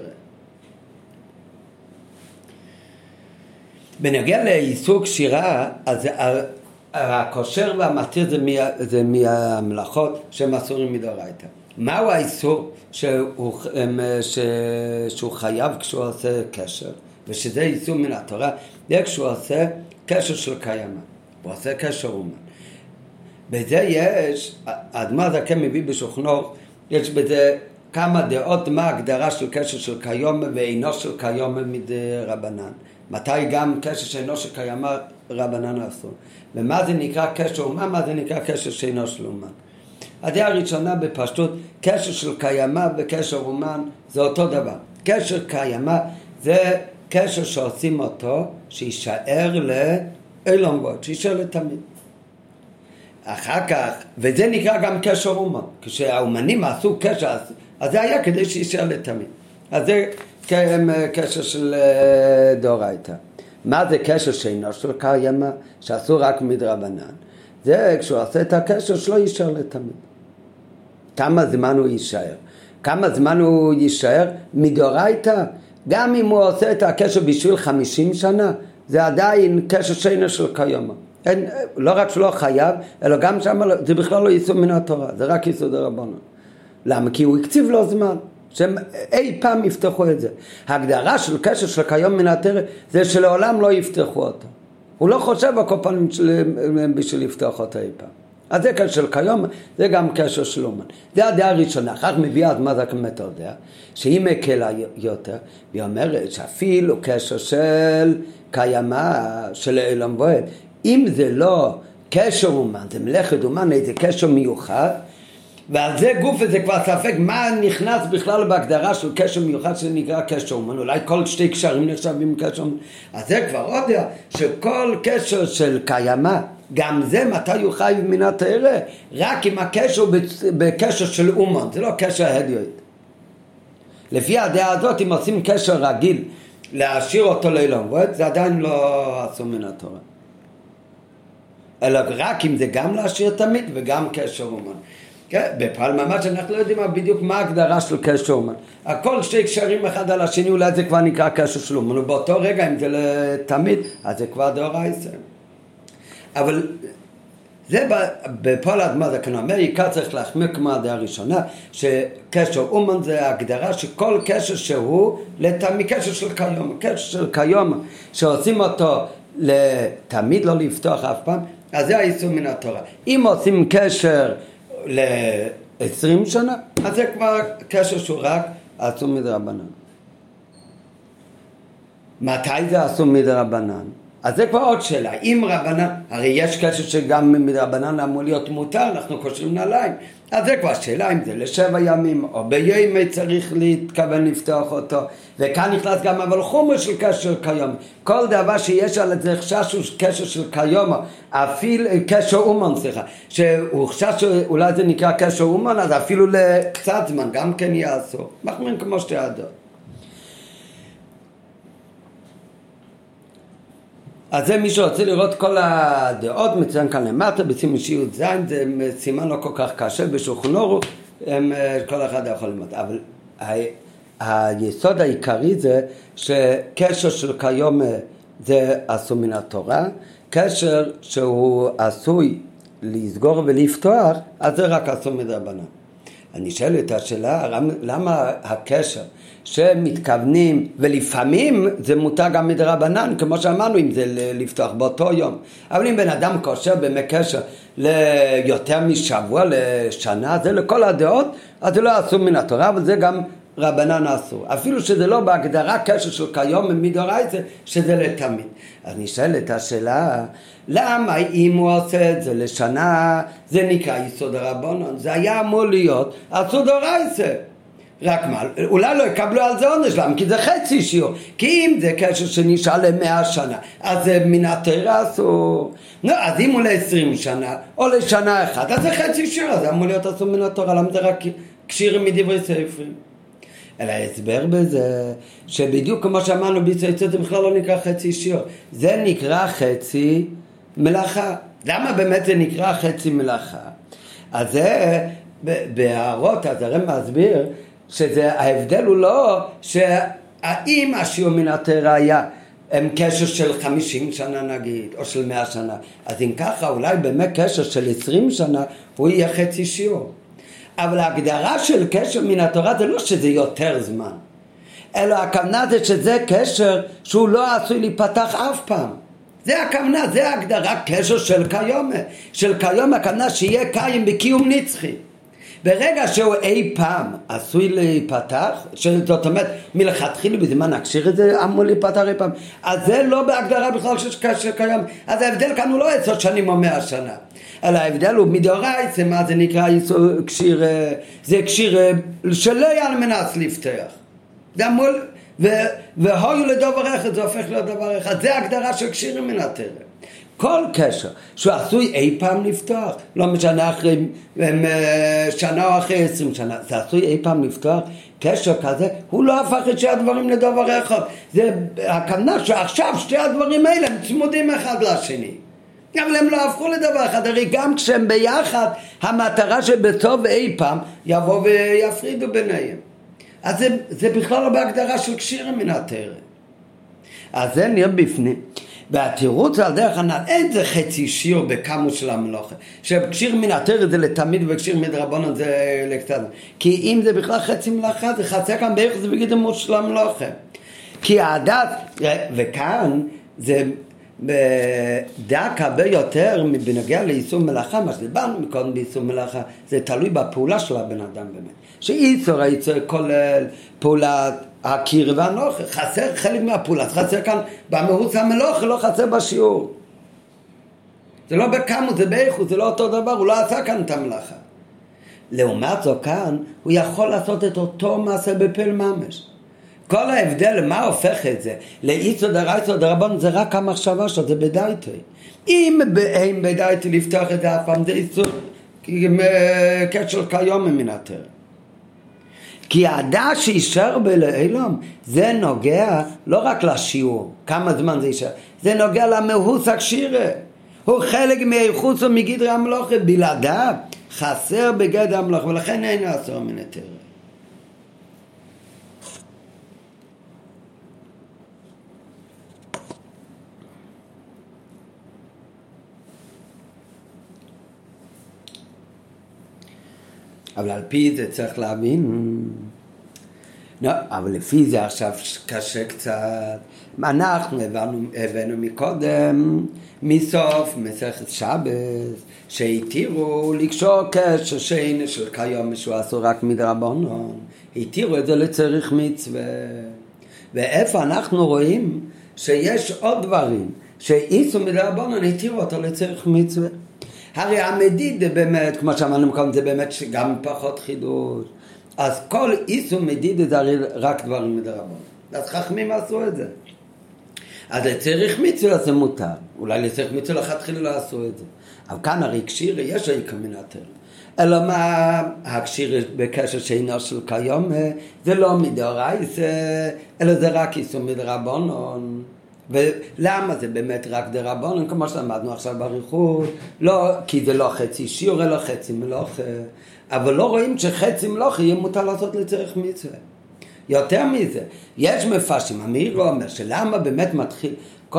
בנוגע לאיסור קשירה, אז הכושר והמתיר זה מהמלאכות שהם אסורים מדאורייתא. מהו האיסור שהוא חייב כשהוא עושה קשר, ושזה איסור מן התורה? זה כשהוא עושה קשר של קיימה, הוא עושה קשר אומן. בזה יש, האדמו"ר הזקן מביא בשולחנו, יש בזה כמה דעות מה ההגדרה של קשר של קיומה ואינו של קיומה מדרבנן. מתי גם קשר שאינו של קיימה רבנן אסור. ומה זה נקרא קשר אומן, מה זה נקרא קשר שאינו של אומן. הדעה הראשונה בפשטות, קשר של קיימה וקשר אומן זה אותו דבר. קשר קיימה זה קשר שעושים אותו שישאר לאילום ועוד, שישאר לתמיד. אחר כך, וזה נקרא גם קשר אומן. כשהאומנים עשו קשר, אז זה היה כדי שישאר לתמיד. אז זה קשר של דאורייתא. מה זה קשר שאינו של קיימה, שעשו רק מדרבנן? זה כשהוא עושה את הקשר שלו יישאר לתמיד. כמה זמן הוא יישאר? כמה זמן הוא יישאר? מדאורייתא, גם אם הוא עושה את הקשר בשביל 50 שנה, זה עדיין קשר שאינו של קיימה. לא רק שלא חייב, אלא גם שם זה בכלל לא איסור מן התורה, זה רק איסור דרבנן. למה? כי הוא הקציב לו זמן. שהם אי פעם יפתחו את זה. ההגדרה של קשר של קיום מן התורה זה שלעולם לא יפתחו אותו. הוא לא חושב הקופנים בשביל לפתוח אותו אי פעם. אז זה קשר של קיום, זה גם קשר של אומן. זה הדעה הראשונה. אחר מביאה אז מה זה כמטר דעה? שהיא מקלה יותר, והיא אומרת שאפילו קשר של קיימה, של אילום ועוד, אם זה לא קשר אומן, זה מלאכת אומן, זה קשר מיוחד, ועל זה גוף וזה כבר ספק מה נכנס בכלל בהגדרה של קשר מיוחד שנקרא קשר אומן. אולי כל שתי קשרים נחשבים קשר אומן. אז זה כבר עוד יודע שכל קשר של קיימה, גם זה מתי הוא חי מן התורה, רק אם הקשר בקשר של אומן, זה לא קשר הדיוט. לפי הדעה הזאת, אם עושים קשר רגיל להשאיר אותו לאילום ועוד, זה עדיין לא עשו מן התורה. אלא רק אם זה גם להשאיר תמיד וגם קשר אומן. בפעל ממש אנחנו לא יודעים בדיוק מה ההגדרה של קשר אומן. הכל שתי קשרים אחד על השני, אולי זה כבר נקרא קשר של אומן, ובאותו רגע אם זה לתמיד, אז זה כבר דאורייתא. אבל זה בפעל האדמו"ר הזקן אומר, עיקר צריך להחמיר כמו הדעה הראשונה, שקשר אומן זה ההגדרה שכל קשר שהוא לתמיד, קשר של קיום, קשר של קיום שעושים אותו לתמיד לא לפתוח אף פעם, אז זה האיסור מן התורה. אם עושים קשר ל-20 שנה, אז זה כבר קשר שהוא רק אסור מדרבנן. מתי זה אסור מדרבנן? אז זה כבר עוד שאלה. אם רבנן, הרי יש קשר שגם מדרבנן אמור להיות מותר, אנחנו קושרים נעליים. אז זה כבר שאלה אם זה ל7 ימים, או ביום צריך להתכוון לפתוח אותו. וכאן נכנס גם אבל חומר של קשר קיום. כל דבר שיש על זה חשש הוא קשר של קיום, אפילו קשר אומן, שהוא חשש שאולי זה נקרא קשר אומן, אז אפילו לקצת זמן גם כן יעשו. מחמין כמו שתי עדות. אז זה מי שרוצה לראות כל הדעות מצוין כאן למטה בסימן שיעוד זין, זה סימן לא כל כך קשה בשולחן אורוך, כל אחד יכול ללמוד. אבל היסוד העיקרי זה שקשר של כיום זה עשוי מן התורה, קשר שהוא עשוי לסגור ולפתוח, אז זה רק עשוי מדרבנן. אני שואל את השאלה, למה הקשר שמתכוונים, ולפעמים זה מותר גם מדרבנן, כמו שאמרנו, אם זה לפתוח באותו יום. אבל אם בן אדם קושר במקשר ליותר משבוע, לשנה, זה לכל הדעות, אז זה לא אסור מן התורה, אבל זה גם רבנן אסור. אפילו שזה לא בהגדרה קשר של כיום מדאורייתא, שזה לתמיד. אז נשאל את השאלה, למה אם הוא עושה את זה לשנה, זה נקרא יסוד הרבנן? זה היה אמור להיות אסור דאורייתא. רק מה, אולי לא יקבלו על זה עונש, למה? כי זה חצי שיעור. כי אם זה קשר שנשאר ל100 שנה, אז זה מן התורה אסור. לא, אז אם הוא ל20 שנה, או לשנה אחת, אז זה חצי שיעור, אז זה אמור להיות אסור מן התורה, למה זה רק קשירים מדברי ספרים? אלא ההסבר בזה, שבדיוק כמו שאמרנו ביצוע זה בכלל לא נקרא חצי שיעור, זה נקרא חצי מלאכה. למה באמת זה נקרא חצי מלאכה? אז זה בהערות, אז הרי מסביר, שההבדל הוא לא שהאם השיעור מן התורה היה קשר של 50 שנה נגיד, או של 100 שנה, אז אם ככה אולי באמת קשר של 20 שנה הוא יהיה חצי שיעור. אבל ההגדרה של קשר מן התורה זה לא שזה יותר זמן, אלא הכוונה זה שזה קשר שהוא לא עשוי להיפתח אף פעם. זה הכוונה, זה ההגדרה קשר של כיום. של כיום הכוונה שיהיה קיים בקיום נצחי. ברגע שהוא אי פעם עשוי להיפתח, זאת אומרת מלכתחילה בזמן הקשיר את זה אמור להיפתח אי פעם, אז זה לא בהגדרה בכלל של קשר כיום. אז ההבדל כאן הוא לא 10 שנים או 100 שנה, אלא ההבדל הוא מדאורייתא, מה זה נקרא קשיר, זה קשיר שלא היה על מנת לפתח, זה אמור, והיו לדבר אחד, זה הופך להיות דבר אחד. זה ההגדרה של קשירים מן התורה. כל קשר שהוא עשוי אי פעם לפתוח, לא משנה אחרי שנה או אחרי 20 שנה, זה עשוי אי פעם לפתוח, קשר כזה, הוא לא הפך את שני הדברים לדבר אחד. זה הכוונה שעכשיו שתי הדברים האלה הם צמודים אחד לשני, אבל הם לא הפכו לדבר אחד. הרי גם כשהם ביחד, המטרה שבסוף אי פעם יבוא ויפרידו ביניהם. אז זה בכלל לא בהגדרה של קשירים מן התורה. אז זה נראה בפנים. והתירוץ על דרך הנ"ל, אין זה חצי שיעור בכמות של המלוכה, שקשיר מן התורה זה לתמיד וקשיר מדרבנן זה לקצת, כי אם זה בכלל חצי מלאכה זה חסר כאן בערך זה בגיד המות של המלוכה. כי העדת, וכאן זה דק הרבה יותר בנוגע ליישום מלאכה, מה שדיברנו מקודם ביישום מלאכה, זה תלוי בפעולה של הבן אדם באמת, שאיסור כולל פעולת הקיר והנוכל, חסר חלק מהפעולה, חסר כאן במהות המלוכה, לא חסר בשיעור. זה לא בכמות, זה באיכות, זה לא אותו דבר, הוא לא עשה כאן את המלאכה. לעומת זו כאן, הוא יכול לעשות את אותו מעשה בפעל ממש. כל ההבדל, מה הופך את זה? לאיסור דרייתא דרבנן זה רק המחשבה שלו, זה בדייתא. אם אין בדייתא לפתוח את זה אף פעם, זה איסור קשר כיום מן התורה. כי הדעת שישר בלעילום, זה נוגע לא רק לשיעור, כמה זמן זה יישאר, זה נוגע למהות הקשירה. הוא חלק מהייחוס ומגדרי המלוכה, בלעדיו חסר בגדר המלוכה, ולכן אין אסור מן התורה. אבל על פי זה צריך להבין, לא, אבל לפי זה עכשיו קשה קצת. אנחנו הבאנו מקודם, מסוף מסכת שבת, שהתירו לקשור קשר שאין של כיום שהוא אסור רק מדרבנן, התירו את זה לצריך מצווה. ואיפה אנחנו רואים שיש עוד דברים שאיסור מדרבנן התירו אותו לצריך מצווה. הרי המדידה באמת, כמו שאמרנו מקודם, זה באמת גם פחות חידוש. אז כל איסור מדידה זה הרי רק דברים מדרבנן. אז חכמים עשו את זה. אז לצריך מצווה זה מותר. אולי לצריך מצווה לכתחילה לא עשו את זה. אבל כאן הרי קשיר יש העיקר מן התורה. אלא מה הקשיר בקשר שאינו של כיום, זה לא מדאורייתא, אלא זה רק איסור מדרבנן. ולמה זה באמת רק דרבנן, כמו שלמדנו עכשיו באריכות? לא, כי זה לא חצי שיעור אלא חצי מלאכה, אבל לא רואים שחצי מלאכה יהיה מותר לעשות לצורך מצווה. יותר מזה, יש מפרשים, המאיר אומר שלמה באמת מתחיל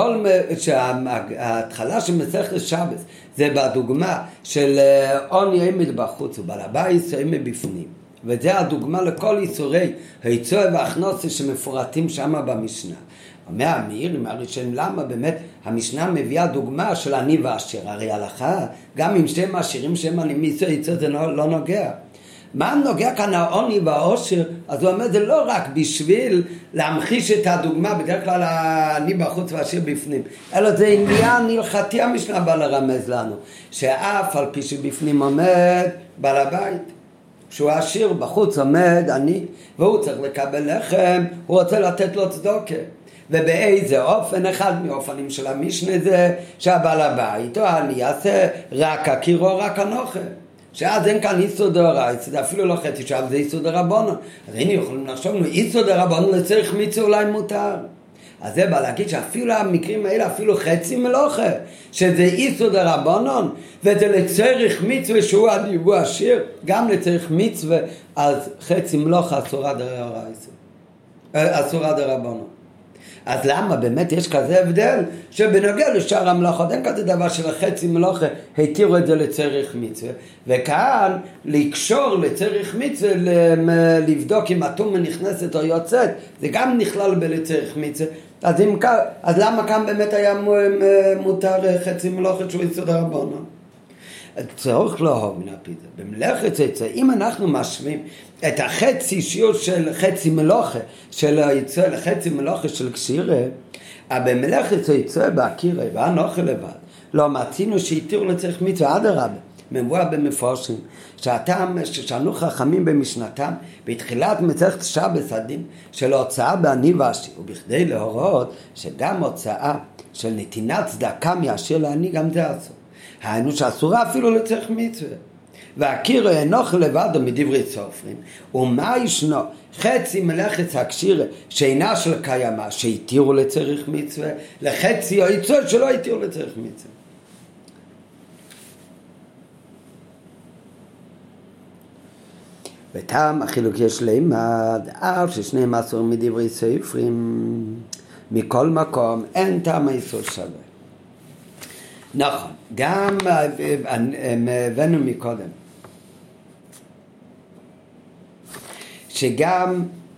שההתחלה של מסכת שבת זה בדוגמה של עוני עמד בחוץ ובעל הבית עמד בפנים, וזה הדוגמה לכל איסורי היצוא וההכנסה שמפורטים שם במשנה. אומר המאיר הראשון, למה באמת המשנה מביאה דוגמה של עני ועשיר? הרי הלכה, גם אם שהם עשירים שהם עניים יצוא זה לא נוגע. מה נוגע כאן העוני והעושר? אז הוא אומר, זה לא רק בשביל להמחיש את הדוגמה, בדרך כלל העני בחוץ והעשיר בפנים, אלא זה עניין הלכתי המשנה בא לרמז לנו, שאף על פי שבפנים עומד בעל הבית, שהוא עשיר, בחוץ עומד עני, והוא צריך לקבל לחם, הוא רוצה לתת לו צדוקה. ובאיזה אופן? אחד מאופנים של המשנה זה שהבעל הבית או העני יעשה רק הקיר או רק הנוכל, שאז אין כאן איסור דאורייתא, זה אפילו לא חצי שעה, זה איסור דרבנן. אז הנה יכולים לחשוב, איסור דרבנן לצריך מצווה אולי מותר. אז זה בא להגיד שאפילו המקרים האלה, אפילו חצי מלאכה, שזה איסור דרבנן, וזה לצריך מצווה שהוא עני והוא עשיר, גם לצריך מצווה, אז חצי מלאכה אסורה דאורייתא, אסורה דרבנן. אז למה באמת יש כזה הבדל שבנוגע לשאר המלאכות אין כזה דבר של חצי מלאכה התירו את זה לצריך מצווה, וכאן לקשור לצריך מצווה, לבדוק אם התומה נכנסת או יוצאת, זה גם נכלל בלצריך מצווה. אז למה כאן באמת היה מותר חצי מלאכה שהוא איסור דרבנן? צריך לאהוב מן הפיזה. במלאכת יצא, אם אנחנו משווים את החצי שיעור של חצי מלאכה של היצא לחצי מלאכה של קשירה, במלאכת יצא בהקירה והנוכל לבד לא מצינו שהתירו לצריך מצווה. אדרבה, מבואר במפורשים שהטעם ששנו חכמים במשנתם בתחילת מסכת שבת הדין של הוצאה בעני ועשיר, ובכדי להורות שגם הוצאה של נתינת צדקה מעשיר לעני גם זה אסור, היינו שאסורה אפילו לצריך מצווה. והקיר הנוכל לבדו מדברי סופרים, ומה ישנו חצי מלאכת הקשירה שאינה של קיימה שהתירו לצריך מצווה, לחצי או יצוא שלא התירו לצריך מצווה. וטעם החילוק יש לימד, אף ששניהם אסורים מדברי סופרים, מכל מקום אין טעם האיסור שווה. נכון, גם הבאנו מקודם שגם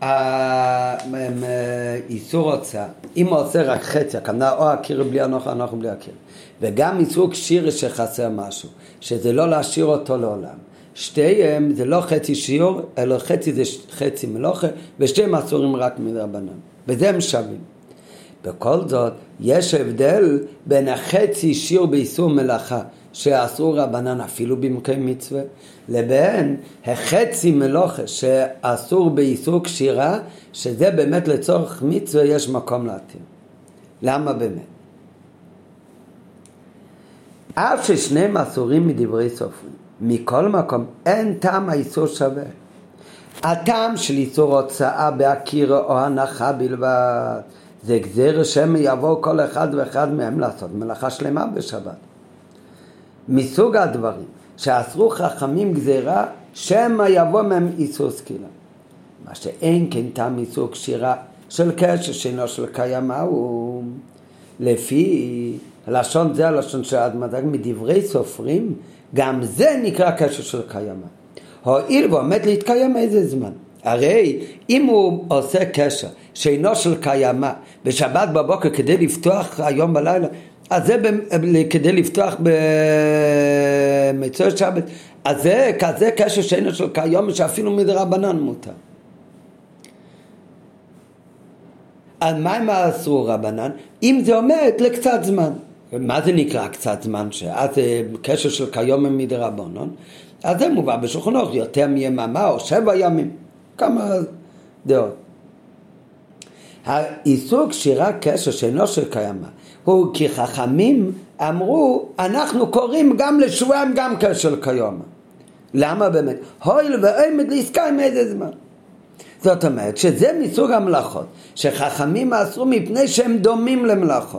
איסור הוצאה, אם הוא עושה רק חצי, הכוונה או הקיר בלי הנוכל, הנוכל בלי הקיר, וגם איסור קשיר שחסר משהו, שזה לא להשאיר אותו לעולם, שתיהם זה לא חצי שיעור, אלא חצי זה חצי מלאכה, ושתיהם אסורים רק מדרבנן, וזה הם שווים. בכל זאת, יש הבדל בין החצי שיעור באיסור מלאכה שאסור רבנן אפילו במקום מצווה, לבין החצי מלאכה שאסור באיסור קשירה, שזה באמת לצורך מצווה יש מקום להתיר. למה באמת? אף ששניהם אסורים מדברי סופרים, מכל מקום אין טעם האיסור שווה. הטעם של איסור הוצאה בהכירה או הנחה בלבד, זה גזיר שהם יבוא כל אחד ואחד מהם לעשות מלאכה שלמה בשבת. מסוג הדברים שאסרו חכמים גזירה שהם יבוא מהם איסור סקילה. מה שאין כן טעם איסור קשירה של קשר שאינו של קיימה, הוא לפי הלשון זה הלשון שהדמדק מדברי סופרים, גם זה נקרא קשר של קיימה. הואיל ועומד להתקיים איזה זמן. הרי אם הוא עושה קשר שאינו של קיימה בשבת בבוקר כדי לפתוח היום בלילה, אז זה כדי לפתוח במצוות שבת, אז זה כזה קשר שאינו של קיימה שאפילו מדרבנן מותר. על מה הם אסרו רבנן? אם זה עומד לקצת זמן. מה זה נקרא קצת זמן? שאז זה קשר של קיימה מדרבנן, אז זה מובא בשולחן ערוך יותר מיממה או 7 ימים, כמה דעות. האיסור קשירה קשר שאינו של קיימה הוא כי חכמים אמרו אנחנו קוראים גם לשבועיים גם קשר של קיימה. למה באמת? הואיל ועומד לעסקה עם איזה זמן. זאת אומרת שזה מסוג המלאכות שחכמים אסרו מפני שהם דומים למלאכות.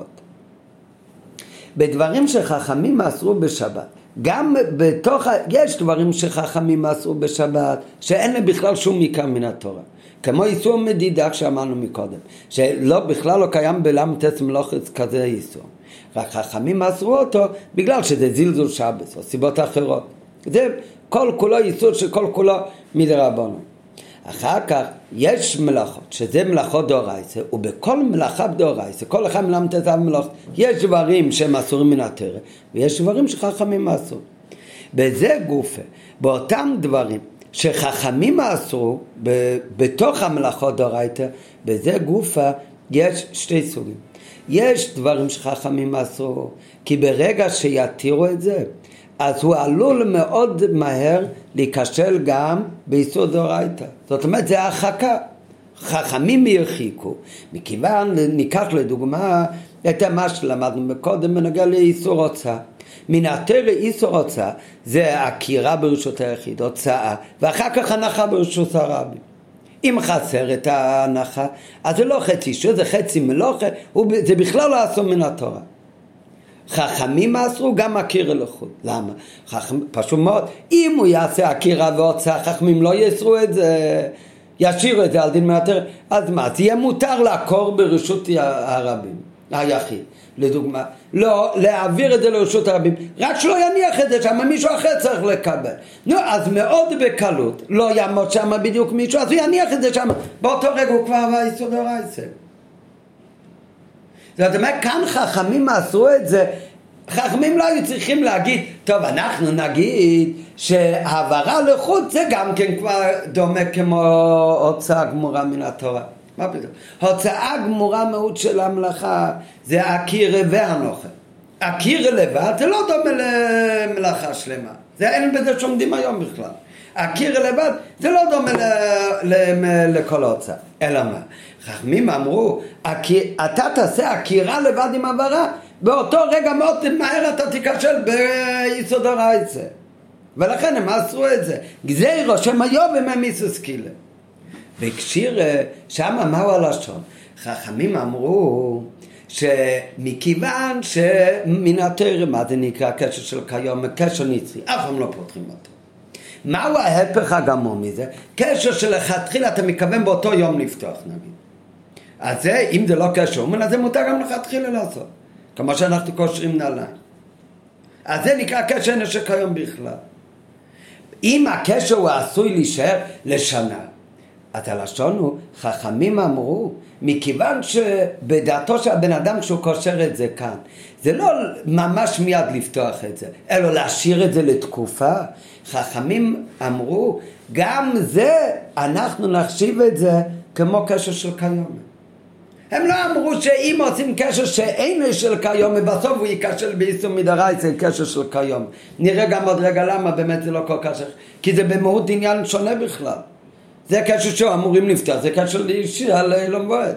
בדברים שחכמים אסרו בשבת, גם בתוך, יש דברים שחכמים אסרו בשבת שאין להם בכלל שום עיקר מן התורה, כמו איסור מדידה שאמרנו מקודם, שלא בכלל לא קיים בל"ט מלאכות כזה איסור, רק חכמים אסרו אותו בגלל שזה זלזול שבת או סיבות אחרות. זה כל כולו איסור שכל כולו מדרבנן. אחר כך יש מלאכות שזה מלאכות דאורייתא, ובכל מלאכה דאורייתא כל אחד מל"ט מלאכות יש דברים שהם אסורים מן התורה ויש דברים שחכמים אסרו. בזה גופה, באותם דברים שחכמים אסרו בתוך המלאכות דאורייתא, בזה גופה יש שתי סוגים. יש דברים שחכמים אסרו כי ברגע שיתירו את זה אז הוא עלול מאוד מהר להיכשל גם באיסור דאורייתא. זאת אומרת זה הרחקה, חכמים ירחיקו, מכיוון ניקח לדוגמה את מה שלמדנו מקודם בנוגע לאיסור הוצאה. מן התורה איסור הוצאה זה עקירה ברשות היחיד, הוצאה, ואחר כך הנחה ברשות הרבים. אם חסר את ההנחה אז זה לא חצי איסור, זה חצי מלאכה, זה בכלל לא אסור מן התורה. חכמים אסרו גם עקירה לחוד. למה? פשוט מאוד, אם הוא יעשה עקירה והוצאה, חכמים לא יאסרו את זה, ישאירו את זה על דין מהתורה, אז מה? זה יהיה מותר לעקור ברשות הרבים, היחיד. לדוגמה, לא להעביר את זה לרשות הרבים, רק שלא יניח את זה שם, מישהו אחר צריך לקבל. נו, אז מאוד בקלות, לא יעמוד שם בדיוק מישהו, אז הוא יניח את זה שם, באותו רגע הוא כבר איסור דאורייתא. זאת אומרת, כאן חכמים אסרו את זה, חכמים לא היו צריכים להגיד, טוב, אנחנו נגיד שהעברה לחוץ זה גם כן כבר דומה כמו הוצאה גמורה מן התורה. מה פתאום? הוצאה גמורה מהות של המלאכה זה עקירה והנוחה. עקירה לבד זה לא דומה למלאכה שלמה, זה אין בזה שום דמיון בכלל. עקירה לבד זה לא דומה לכל הוצאה. אלא מה? חכמים אמרו, אתה תעשה עקירה לבד עם עברה, באותו רגע מאוד מהר אתה תיכשל באיסור דאורייתא. ולכן הם אסרו את זה. גזירו שמאיוב הם איסוס קילה. בקשיר שם מהו הלשון? חכמים אמרו שמכיוון שמן התורה, מה זה נקרא קשר של כיום? קשר נצחי, אף פעם לא פותחים אותו. מהו ההפך הגמור מזה? קשר שלכתחילה אתה מכוון באותו יום לפתוח נגיד. אז זה, אם זה לא קשר אומן, אז זה מותר גם לכתחילה לעשות. כמו שאנחנו קושרים נעליים. אז זה נקרא קשר נשק היום בכלל. אם הקשר הוא עשוי להישאר לשנה, אז הלשון הוא, חכמים אמרו, מכיוון שבדעתו של הבן אדם כשהוא קושר את זה כאן, זה לא ממש מיד לפתוח את זה, אלא להשאיר את זה לתקופה. חכמים אמרו, גם זה אנחנו נחשיב את זה כמו קשר של כיום. הם לא אמרו שאם עושים קשר שאין של כיום, בסוף הוא יקשר באיסור מדאורייתא, קשר של כיום. נראה גם עוד רגע למה באמת זה לא כל קשר, כי זה במהות עניין שונה בכלל. זה קשר שאמורים לפתוח, זה קשר לאישי על אילום מועד.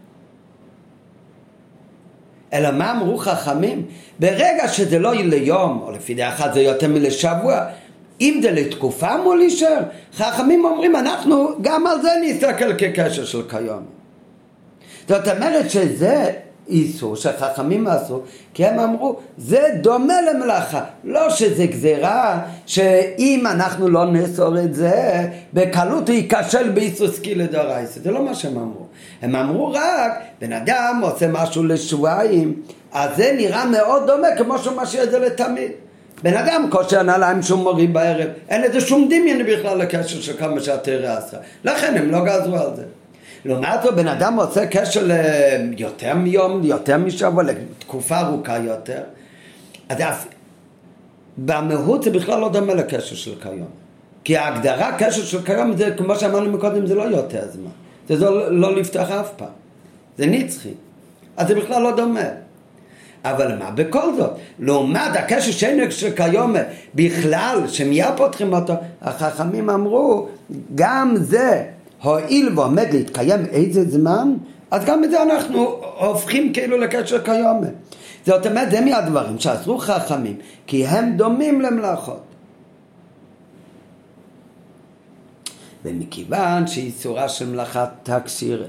אלא מה אמרו חכמים? ברגע שזה לא ליום, או לפי דעה אחת זה יותר מלשבוע, אם זה לתקופה מול להישאר, חכמים אומרים אנחנו גם על זה נסתכל כקשר של כיום. זאת אומרת שזה איסור שחכמים עשו, כי הם אמרו זה דומה למלאכה, לא שזה גזירה שאם אנחנו לא נאסור את זה בקלות הוא ייכשל באיסור קילה דאורייתא. זה לא מה שהם אמרו. הם אמרו רק בן אדם עושה משהו לשבועיים, אז זה נראה מאוד דומה כמו שהוא משאיר את זה לתמיד. בן אדם קושר נעליים שהוא מוריד בערב, אין לזה שום דמיון בכלל לקשר של כמה שהתורה עשה, לכן הם לא גזרו על זה. לעומת זאת, בן אדם עושה קשר ליותר מיום, יותר משבוע, לתקופה ארוכה יותר, אז במהות זה בכלל לא דומה לקשר של כיום. כי ההגדרה קשר של כיום, זה, כמו שאמרנו מקודם, זה לא יותר זמן. זה לא לפתח אף פעם. זה נצחי. אז זה בכלל לא דומה. אבל מה? בכל זאת, לעומת הקשר שאין של כיום, בכלל, שמיד פותחים אותו, החכמים אמרו, גם זה, הועיל ועומד להתקיים איזה זמן, אז גם את זה אנחנו הופכים כאילו לקשר כיום. זאת אומרת, זה מהדברים שעשו חכמים, כי הם דומים למלאכות. ומכיוון שאיסורה של מלאכת הקשירה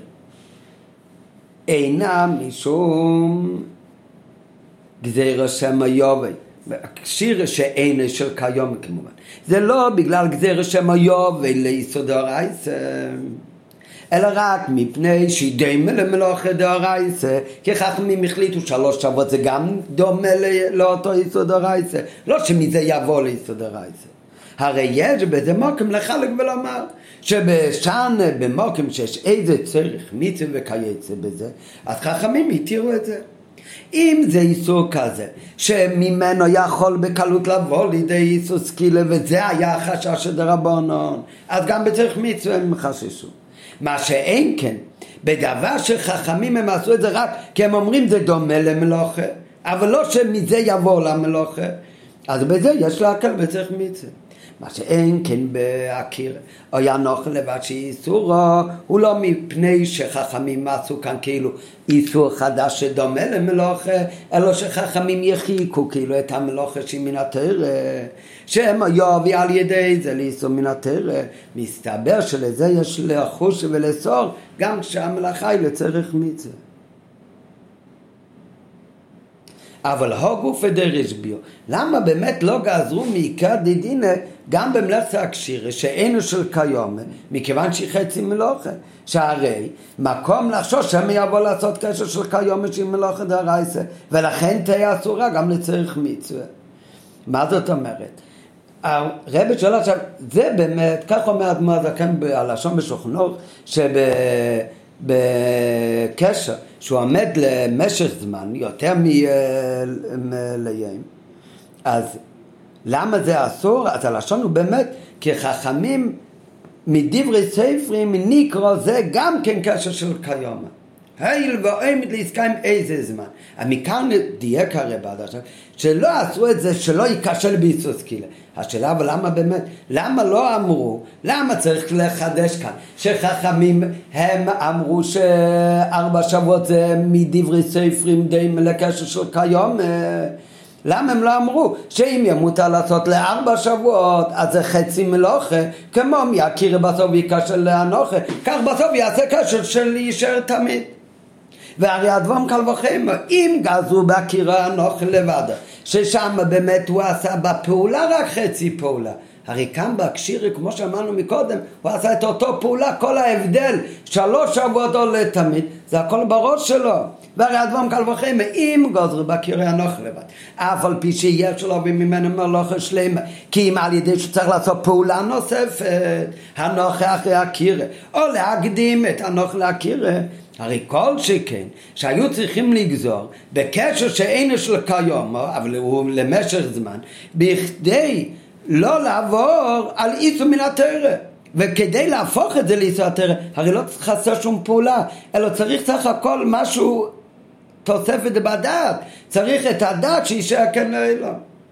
אינה משום גזירה שמא יובל, הקשירה שאינה של כיום כמובן, זה לא בגלל גזירה שמא יובל לאיסור דאורייסה, אלא רק מפני שהיא דומה למלאכה דאורייסה, כי חכמים החליטו 3 שבועות זה גם דומה לאותו איסור דאורייסה, לא שמזה יבוא לאיסור דאורייסה. הרי יש בזה מוקם לחלק ולומר שבשען במוקם שיש איזה צריך מצווה וכייצא בזה, אז חכמים התירו את זה. אם זה איסור כזה שממנו יכול בקלות לבוא לידי איסור סקילה, וזה היה החשש של דרבנן, אז גם בצריך מצווה הם חששו. מה שאין כן, בדבר שחכמים הם עשו את זה רק כי הם אומרים זה דומה למלאכה, אבל לא שמזה יבוא למלאכה, אז בזה יש להקל בצריך מצווה. מה שאין כן בהכיר או ינוח לבד שאיסורו הוא לא מפני שחכמים עשו כאן כאילו איסור חדש שדומה למלאכה, אלא שחכמים יחיקו כאילו את המלאכה שהיא מן התורה, שהם יוביא על ידי זה לאיסור מן התורה. מסתבר שלזה יש לחוש ולאסור גם כשהמלאכה היא לצריך מצווה. אבל הגוף דריש ביו, למה באמת לא גזרו מעיקר דידינה גם במלאכת הקשירה שאינו של כיום, מכיוון שהיא חצי מלאכה, שהרי מקום לחשוש שהם יבוא לעשות קשר של כיום שהיא מלאכה דאורייסה, ולכן תהיה אסורה גם לצריך מצווה. מה זאת אומרת? הרב שואל עכשיו, זה באמת, כך אומר אדמו"ר הזקן בלשון בשולחן בקשר שהוא עומד למשך זמן יותר מליום, אז למה זה אסור? אז הלשון הוא באמת כי חכמים מדברי ספרים נקרא זה גם כן קשר של כיום, היל ועומד להסכים איזה זמן. מכאן דייק הרב עד עכשיו שלא עשו את זה שלא יקשל באיסור סקילה. השאלה אבל למה באמת, למה לא אמרו, למה צריך לחדש כאן שחכמים הם אמרו ש4 שבועות זה מדברי ספרים די לקשר של כיום, למה הם לא אמרו שאם ימותר לעשות ל4 שבועות אז זה חצי מלאכה, כמו מי יכיר בסוף יקשר לאנוכה, כך בסוף יעשה קשר של יישאר תמיד. והרי הדברים קל וחומר, אם גזרו בהכירה אנוכה לבד ששם באמת הוא עשה בפעולה רק חצי פעולה, הרי כאן בהקשירה כמו שאמרנו מקודם הוא עשה את אותו פעולה, כל ההבדל 3 שבועות עולה תמיד, זה הכל בראש שלו. והרי הדברים קל וחומר, אם גזרו בהכירה אנוכה לבד, אף על פי שיש לו ממנו מלאכה שלמה, כי אם על ידי שצריך לעשות פעולה נוספת אנוכה אחרי הכירה, או להקדים את אנוכה להכירה, הרי כל שכן שהיו צריכים לגזור בקשר שאין של כיום, אבל הוא למשך זמן, בכדי לא לעבור על איסור מן התורה, וכדי להפוך את זה לאיסור התורה, הרי לא חסר שום פעולה, אלא צריך סך הכל משהו תוספת בדעת, צריך את הדעת שישאר כן לאלוה.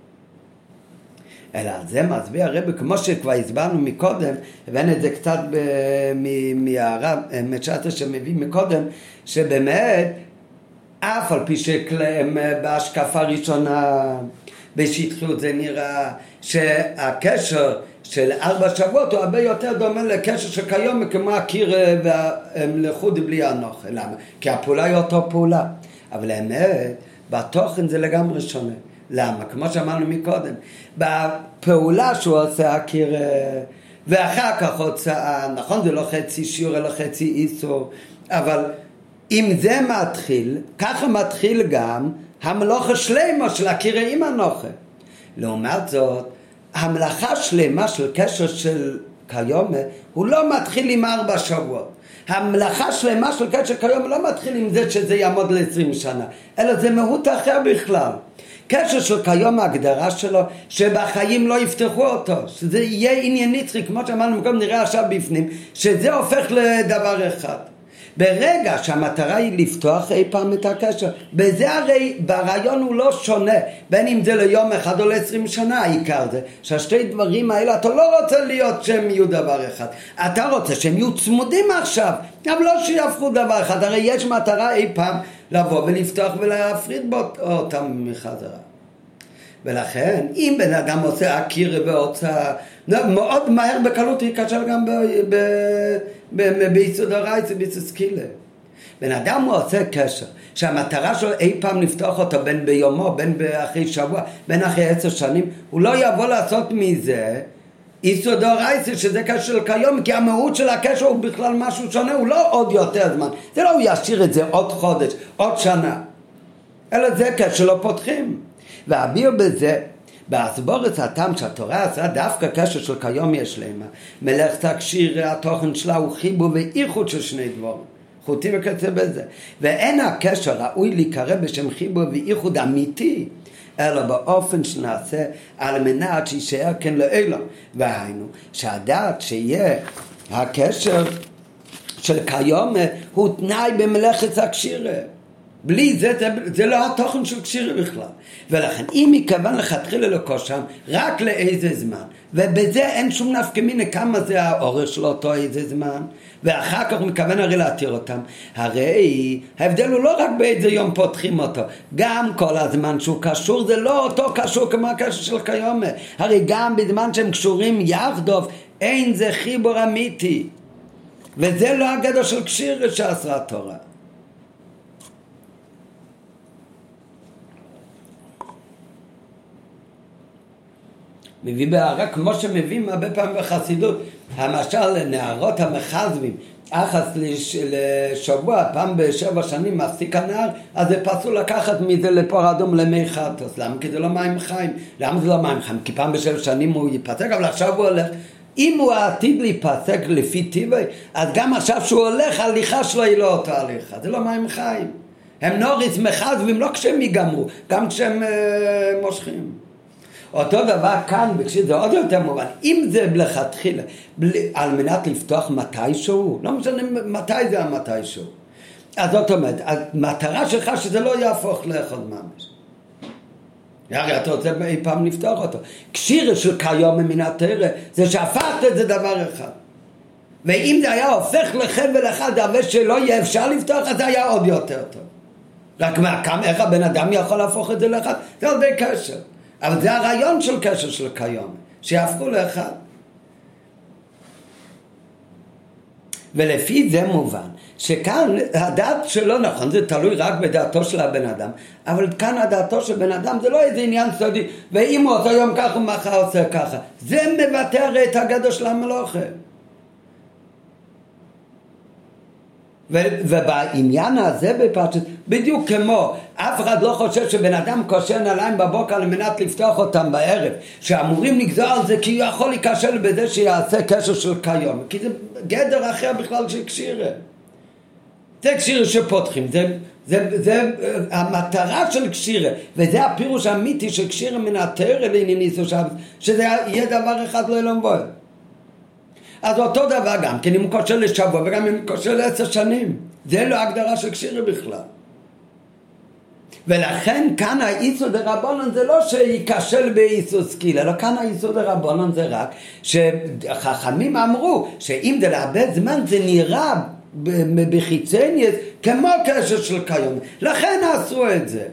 אלא זה מסביר הרב, כמו שכבר הסברנו מקודם, הבאנו את זה קצת מהרב מצ'אטר שמביא מקודם, שבאמת אף על פי שהם בהשקפה ראשונה בשטחיות זה נראה שהקשר של 4 שבועות הוא הרבה יותר דומה לקשר שכיום כמו הכירה והמלכות בלי אנוכה. למה? כי הפעולה היא אותו פעולה, אבל האמת בתוכן זה לגמרי שונה. למה? כמו שאמרנו מקודם, בפעולה שהוא עושה הכירה ואחר כך הוצאה, נכון זה לא חצי שיעור אלא חצי איסור, אבל אם זה מתחיל, ככה מתחיל גם המלאכה שלמה של הכירה עם אנוכה. לעומת זאת, המלאכה שלמה של קשר של כיום הוא לא מתחיל עם 4 שבועות. המלאכה שלמה של קשר כיום לא מתחיל עם זה שזה יעמוד ל20 שנה, אלא זה מהות אחר בכלל. קשר של כיום ההגדרה שלו שבחיים לא יפתחו אותו, שזה יהיה עניין נצחי, כמו שאמרנו מקום נראה עכשיו בפנים, שזה הופך לדבר אחד. ברגע שהמטרה היא לפתוח אי פעם את הקשר, בזה הרי ברעיון הוא לא שונה, בין אם זה ליום אחד או ל20 שנה, העיקר זה שהשתי דברים האלה אתה לא רוצה להיות שהם יהיו דבר אחד, אתה רוצה שהם יהיו צמודים עכשיו, אבל לא שיהפכו דבר אחד, הרי יש מטרה אי פעם לבוא ולפתוח ולהפריד אותם מחזרה. ולכן אם בן אדם עושה הכירה והוצאה מאוד מהר בקלות ייכשל גם ביסוד הרייס וביסוד סקילה. בן אדם הוא עושה קשר שהמטרה שלו אי פעם לפתוח אותו בין ביומו, בין אחרי שבוע, בין אחרי 10 שנים, הוא לא יבוא לעשות מזה יסוד הרייס שזה קשר של כיום, כי המהות של הקשר הוא בכלל משהו שונה, הוא לא עוד יותר זמן, זה לא הוא ישאיר את זה עוד חודש, עוד שנה, אלא זה קשר שלא פותחים. והביר בזה בהסבורת הטעם שהתורה עשה דווקא קשר של כיום יש להם, מלאכת הקשיר התוכן שלה הוא חיבור ואיחוד של שני דברים, חוטים וקצה בזה, ואין הקשר ראוי להיקרא בשם חיבור ואיחוד אמיתי, אלא באופן שנעשה על מנת שישאר כן לעולם, והיינו שהדעת שיהיה הקשר של כיום הוא תנאי במלאכת הקשיר, בלי זה, זה לא התוכן של קשיר בכלל. ולכן אם יכוון לכתחיל אלוקו שם רק לאיזה זמן, ובזה אין שום נפקא מינה כמה זה האורך של אותו איזה זמן, ואחר כך הוא מכוון הרי להתיר אותם, הרי ההבדל הוא לא רק באיזה יום פותחים אותו, גם כל הזמן שהוא קשור זה לא אותו קשור כמו הקשר של כיום, הרי גם בזמן שהם קשורים יחדוף אין זה חיבור אמיתי, וזה לא הגדר של קשיר שעשרה תורה. מביא בהערה כמו שמביאים הרבה פעמים בחסידות, המשל לנערות המחזבים, אחת לשבוע, פעם ב7 שנים מפסיק הנער, אז זה פסול לקחת מזה לפור אדום למי חטוס. למה? כי זה לא מים חיים. למה זה לא מים חיים? כי פעם ב7 שנים הוא ייפסק, אבל עכשיו הוא הולך. אם הוא עתיד להיפסק לפי טבעי, אז גם עכשיו שהוא הולך, ההליכה שלו היא לא אותה הליכה. זה לא מים חיים. הם נוריס מחזבים לא כשהם ייגמרו, גם כשהם מושכים. אותו דבר כאן, זה עוד יותר מובן, אם זה לכתחילה, על מנת לפתוח מתישהו, לא משנה מתי זה המתישהו, אז זאת אומרת, המטרה שלך שזה לא יהפוך לאחד ממש. הרי אתה רוצה אי פעם לפתוח אותו. קשיר של כיום מן התורה, זה שהפכת את זה דבר אחד. ואם זה היה הופך לחבל אחד, דבר שלא יהיה אפשר לפתוח, אז זה היה עוד יותר טוב. רק איך הבן אדם יכול להפוך את זה לאחד? זה עוד די קשר. אבל זה הרעיון של קשר של כיום, שיהפכו לאחד. ולפי זה מובן, שכאן הדעת שלו נכון, זה תלוי רק בדעתו של הבן אדם, אבל כאן הדעתו של בן אדם זה לא איזה עניין סודי, ואם הוא עושה יום ככה ומחר עושה ככה, זה מבטא הרי את הגדול של המלוכה. ובעניין הזה בפרשת, בדיוק כמו אף אחד לא חושב שבן אדם קושר נעליים בבוקר על מנת לפתוח אותם בערב, שאמורים לגזור על זה כי הוא יכול להיכשל בזה שיעשה קשר של כיום, כי זה גדר אחר בכלל של קשירה. זה קשירה שפותחים, זה המטרה של קשירה, וזה הפירוש האמיתי של קשירה מן התורה לענייני שבת, שזה יהיה דבר אחד לא ילום בו. אז אותו דבר גם, כי אם הוא קושר לשבוע וגם אם הוא קושר ל10 שנים, זה לא הגדרה של קשירה בכלל. ולכן כאן האיסור דרבנן זה לא שיקשל באיסור סקילה, אלא כאן האיסור דרבנן זה רק שחכמים אמרו שאם זה לאבד זמן זה נראה בחיצוניוס כמו קשר של כיום, לכן עשו את זה.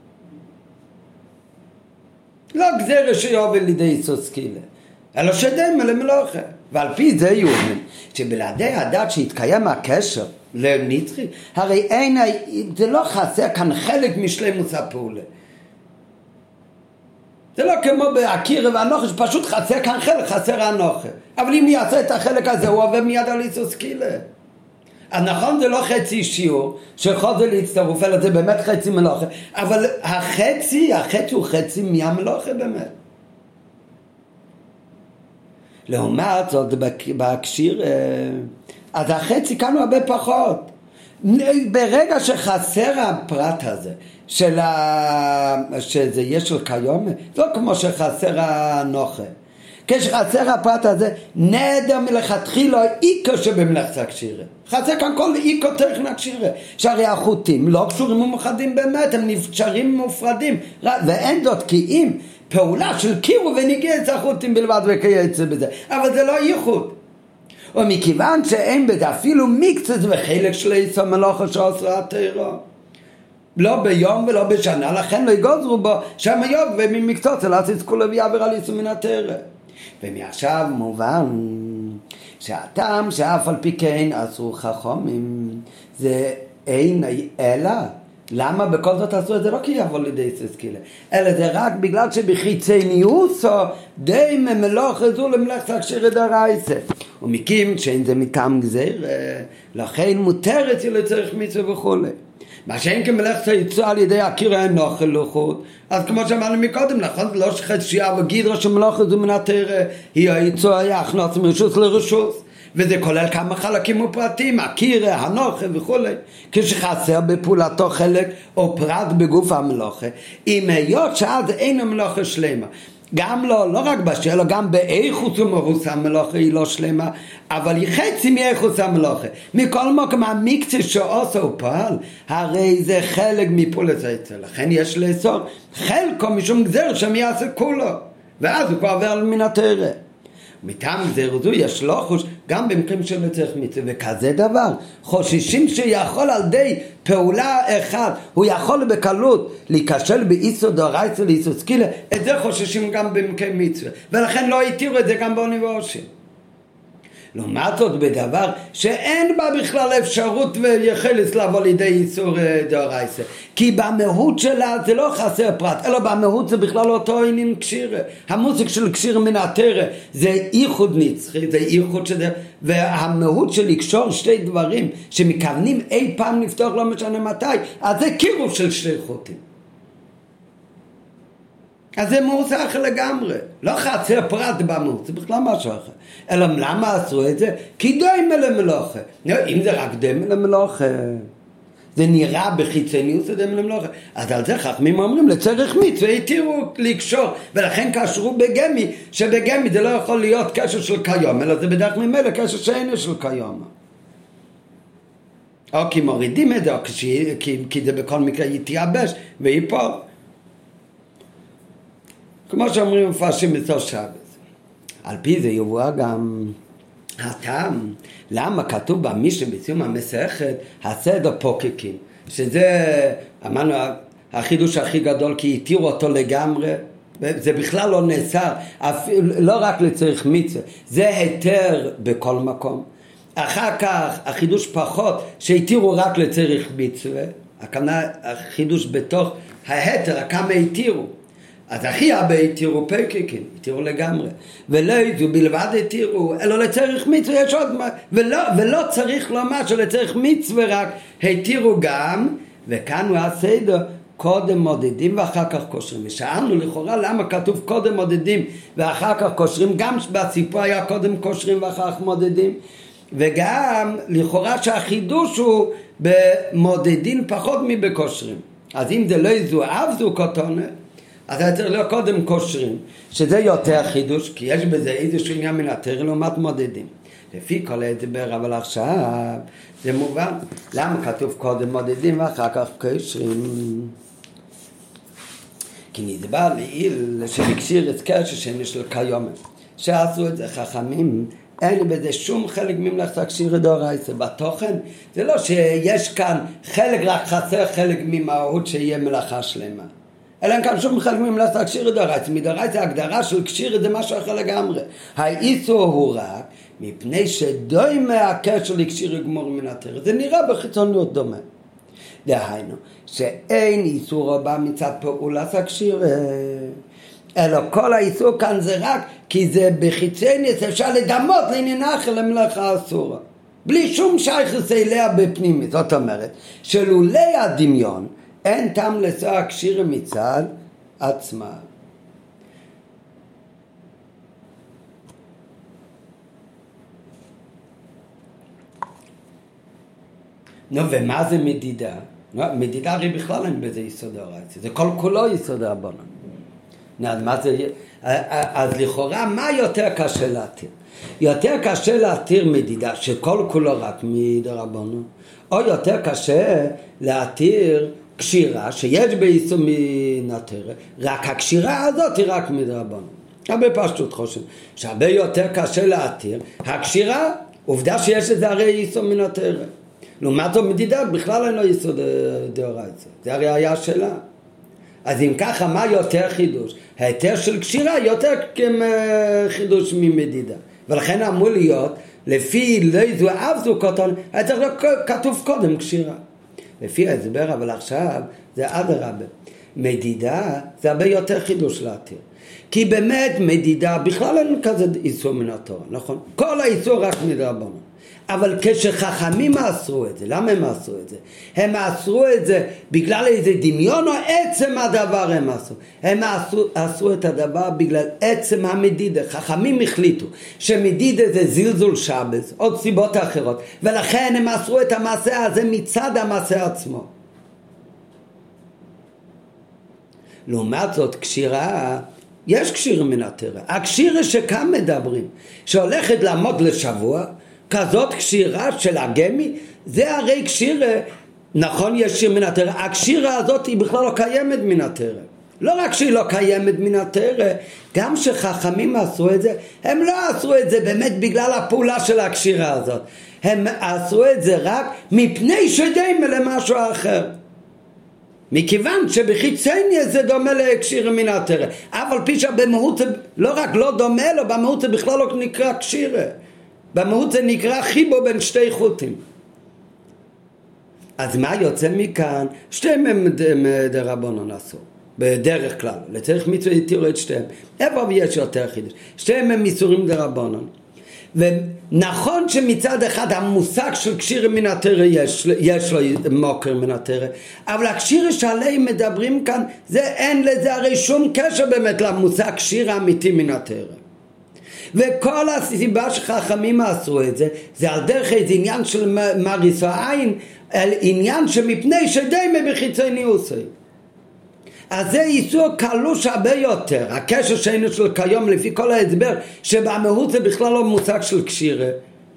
לא גזירה שיובל לידי איסור סקילה, אלא שדמה למלוכה. ועל פי זה יאמין שבלעדי הדת שהתקיים הקשר לנצחי, הרי אין, זה לא חסר כאן חלק משלמות הפעולה. זה לא כמו בהכיר והנוחה שפשוט חסר כאן חלק, חסר הנוחה. אבל אם יעשה את החלק הזה הוא עובר מיד על איסור סקילה. אז נכון זה לא חצי שיעור שחוזר להצטרוף, אלא זה באמת חצי מלוכה, אבל החצי הוא חצי מהמלוכה באמת. לעומת זאת בקשיר, אז החצי כאן הוא הרבה פחות. ברגע שחסר הפרט הזה שזה יש של כיום, לא כמו שחסר הנוחה. כשחסר הפרט הזה נדר מלכתחילה איקו שבמלאכת הקשירה. חסר כאן כל איקו טכן הקשירה, שהרי החוטים לא קשורים ומוחדים באמת, הם נפשרים ומופרדים, ואין זאת כי אם פעולה של קירו ונגיע את החוטים בלבד וכייצא בזה, אבל זה לא ייחוד. ומכיוון שאין בזה אפילו מקצת וחלק של איסור מלוכה שעשרה התורה, לא ביום ולא בשנה, לכן לא יגוזרו בו שם היום וממקצות אלא תזכו להביא עבירה לאיסור מן התורה. ומעכשיו מובן שהטעם שאף על פי כן עשו חכמים זה אין אלא, למה בכל זאת עשו את זה? לא כי יבוא לידי ססקילה, אלא זה רק בגלל שבחיצניוסו די ממלוך זו למלאכת הקשירה דרייסה, ומקים שאין זה מטעם גזיר, לכן מותרת לצריך מצווה וכו'. מה שאין כמלאכת היצוא על ידי הכיר אין נוכל לוחות, אז כמו שאמרנו מקודם, נכון? לא שחצייה וגידרה שמלאכת זו מן התרא היא היצוא היה הכנוס מרשוס לרשוס, וזה כולל כמה חלקים ופרטים, הכירה, הנוחה וכו'. כשחסר בפעולתו חלק או פרט בגוף המלוכה, אם היות שאז אין המלוכה שלמה, גם לא רק בשביל, אלא גם באיכות ומרוס המלוכה היא לא שלמה, אבל היא חצי מאיכות המלוכה. מכל מקום המקצה שעושה הוא פעל, הרי זה חלק מפעולת היצר, לכן יש לאסור חלקו משום גזר שם יעשה כולו, ואז הוא כבר עובר מן התרא. מטעם גזיר זו יש לו חוש גם במקרים שלא צריך מצווה, וכזה דבר חוששים שיכול על די פעולה אחת הוא יכול בקלות להיכשל באיסור דאורייתא לאיסור סקילה, את זה חוששים גם במקרים מצווה, ולכן לא התירו את זה גם בעוני ועושר. לעומת זאת בדבר שאין בה בכלל אפשרות ויחלס לבוא לידי איסור דאורייתא, כי במהות שלה זה לא חסר פרט, אלא במהות זה בכלל אותו עניין קשיר. המושג של קשיר מן התרא זה ייחוד נצחי, זה ייחוד שזה, והמהות של לקשור שתי דברים שמכוונים אי פעם לפתוח לא משנה מתי, אז זה קירוב של שתי חוטים. אז זה מוסך לגמרי, לא חסר פרט במות, זה בכלל משהו אחר. אלא למה עשו את זה? כי דומה למלוכה. אם זה רק דומה למלוכה, זה נראה בחיצוניות זה דומה למלוכה, אז על זה חכמים אומרים לצריך מצווה התירו לקשור, ולכן קשרו בגמי, שבגמי זה לא יכול להיות קשר של קיום, אלא זה בדרך ממילא קשר שאינו של קיום. או כי מורידים את זה, או כי זה בכל מקרה יתייבש ויפול. כמו שאומרים מפרשים בסוף שבת. על פי זה יובא גם הטעם, למה כתוב במשנה בסיום המסכת הסדר פוקקים, שזה אמרנו החידוש הכי גדול, כי התירו אותו לגמרי, זה בכלל לא נאסר, לא רק לצריך מצווה, זה היתר בכל מקום. אחר כך החידוש פחות, שהתירו רק לצריך מצווה, החידוש בתוך ההיתר, כמה התירו. אז הכי הרבה התירו פקקים, התירו לגמרי, ולא ידעו בלבד התירו, אלא לצריך מצווה יש עוד מה, ולא צריך לומר שלצריך מצווה רק, התירו גם, וכאן הוא הסדר, קודם מודדים ואחר כך קושרים. ושאלנו לכאורה למה כתוב קודם מודדים ואחר כך קושרים, גם בסיפור היה קודם קושרים ואחר כך מודדים, וגם לכאורה שהחידוש הוא במודדים פחות מבקושרים. אז אם זה לא יזוהב זו קוטונה, אז היה צריך להיות קודם קושרים, שזה יותר חידוש, כי יש בזה איזשהו עניין מן התרא לעומת מודדים. לפי כל הדבר, אבל עכשיו זה מובן. למה כתוב קודם מודדים ואחר כך קושרים? כי נדבר לעיל שבקשיר את קשר שאין של קיום, שעשו את זה חכמים, אין בזה שום חלק ממלאכת הקשיר דאורייתא. בתוכן זה לא שיש כאן חלק רק חסר חלק ממהות שיהיה מלאכה שלמה, אלא כאן שום חלק ממלאכת הקשיר דאורייתא. מדאורייתא ההגדרה של קשיר זה משהו אחר לגמרי. האיסור הוא רק מפני שדומה הקשר לקשיר גמור מן התרא, זה נראה בחיצוניות דומה. דהיינו שאין איסור הבא מצד פעולת הקשיר, אלא כל האיסור כאן זה רק כי זה בחיצוניות, אפשר לדמות לעניין אחר למלאכה אסורה בלי שום שייכות אליה בפנימית. זאת אומרת שלולי הדמיון אין טעם לאסור הקשיר מצד עצמה. נו, ומה זה מדידה? מדידה הרי בכלל אין בזה יסוד דאורייתא, זה כל כולו יסוד רבנן. אז לכאורה מה יותר קשה להתיר? יותר קשה להתיר מדידה שכל כולו רק מדרבנן, או יותר קשה להתיר קשירה שיש ביסוד מן התרא, רק הקשירה הזאת היא רק מדרבנן. הרבה פשוט חושב שהרבה יותר קשה להתיר הקשירה, עובדה שיש לזה הרי יסוד מן התרא. לעומת זאת מדידה בכלל אין לו יסוד דאורייתא, זה הרי היה שלה. אז אם ככה, מה יותר חידוש? ההיתר של קשירה יותר חידוש ממדידה. ולכן אמור להיות, לפי לא זו אף זו קוטון, היה צריך להיות כתוב קודם קשירה. לפי ההסבר, אבל עכשיו זה אדרבה. מדידה זה הרבה יותר חידוש להתיר. כי באמת מדידה, בכלל אין כזה איסור מן התורה, נכון? כל האיסור רק מדרבנן. אבל כשחכמים עשו את זה, למה הם עשו את זה? הם עשו את זה בגלל איזה דמיון או עצם הדבר הם עשו? הם עשו את הדבר בגלל עצם המדידה. חכמים החליטו שמדידה זה זלזול שבת, עוד סיבות אחרות, ולכן הם עשו את המעשה הזה מצד המעשה עצמו. לעומת זאת, קשירה, יש קשירה מן התורה. הקשירה שכאן מדברים, שהולכת לעמוד לשבוע, כזאת קשירה של הגמי, זה הרי קשירה, נכון, יש שיר מן התורה, הקשירה הזאת היא בכלל לא קיימת מן התורה. לא רק שהיא לא קיימת מן התורה, גם שחכמים עשו את זה, הם לא עשו את זה באמת בגלל הפעולה של הקשירה הזאת. הם עשו את זה רק מפני שדומה למשהו אחר. מכיוון שבחיצוניות זה דומה לקשירה מן התורה. אבל פי שבמהות זה לא רק לא דומה לו, במהות זה בכלל לא נקרא קשירה. במהות זה נקרא חיבור בין שתי חוטים. אז מה יוצא מכאן? שתיהם הם דרבנן עשו. בדרך כלל. לצריך מצווה יתירו את שתיהם. איפה יש יותר חידוש? שתיהם הם איסורים דרבנן. ונכון שמצד אחד המושג של קשירה מן התורה יש לו מוקר מן התורה, אבל הקשירה שעליהם מדברים כאן, אין לזה הרי שום קשר באמת למושג קשירה אמיתי מן התורה. וכל הסיבה שחכמים עשו את זה, זה על דרך איזה עניין של מריס העין, עניין שמפני שדומה בחיצוניותו. אז זה איסור קלוש הרבה יותר. הקשר שלנו של כיום לפי כל ההסבר שבמהות זה בכלל לא מושג של קשירה,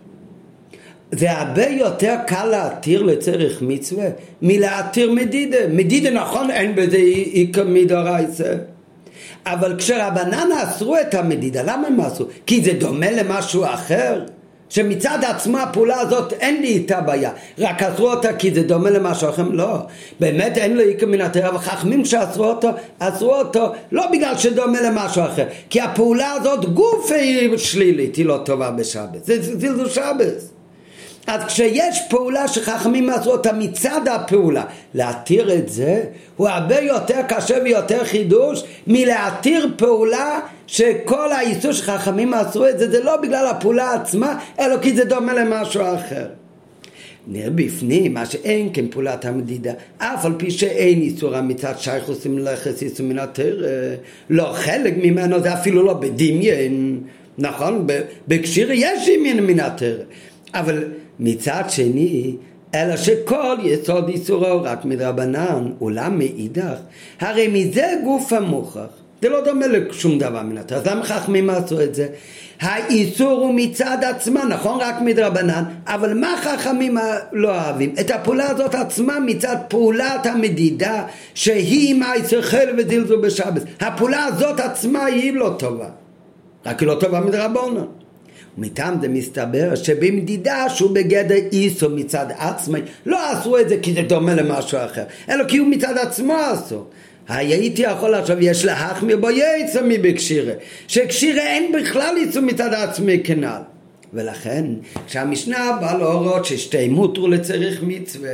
זה הרבה יותר קל להתיר לצריך מצווה מלהתיר מדידה. מדידה נכון אין בזה עיקר מדאורייתא, אבל כשרבנן אסרו את המדידה, למה הם עשו? כי זה דומה למשהו אחר, שמצד עצמה הפעולה הזאת אין לי איתה בעיה, רק אסרו אותה כי זה דומה למשהו אחר. לא, באמת אין לו עיקר מן התורה, וחכמים שאסרו אותו, אסרו אותו לא בגלל שדומה למשהו אחר, כי הפעולה הזאת גוף היא שלילית, היא לא טובה בשבת, זה זלזול שבת. אז כשיש פעולה שחכמים עשו אותה מצד הפעולה, להתיר את זה הוא הרבה יותר קשה ויותר חידוש מלהתיר פעולה שכל האיסור שחכמים עשו את זה, זה לא בגלל הפעולה עצמה, אלא כי זה דומה למשהו אחר. נראה בפנים מה שאין כן פעולת המדידה, אף על פי שאין איסור מצד שייכות מלאכת איסור מן התורה, לא חלק ממנו, זה אפילו לא בדמיין, נכון? בקשירה יש דמיין מן התורה, אבל מצד שני, אלא שכל יסוד איסורו רק מדרבנן, אולם מאידך, הרי מזה גוף המוכח, זה לא דומה לשום דבר מן התורה. אז למה חכמים עשו את זה? האיסור הוא מצד עצמה, נכון, רק מדרבנן, אבל מה חכמים לא אוהבים? את הפעולה הזאת עצמה מצד פעולת המדידה, שהיא מעשר חל וזלזול בשבת. הפעולה הזאת עצמה היא לא טובה, רק היא לא טובה מדרבנן. ומטעם זה מסתבר שבמדידה שהוא בגדר איסור מצד עצמי, לא עשו את זה כי זה דומה למשהו אחר, אלא כי הוא מצד עצמו עשו. הייתי יכול עכשיו, יש להחמיר בו יצא מבקשירה, שקשירה אין בכלל איסור מצד עצמי כנ"ל. ולכן כשהמשנה באה להורות ששתי מותרו לצריך מצווה,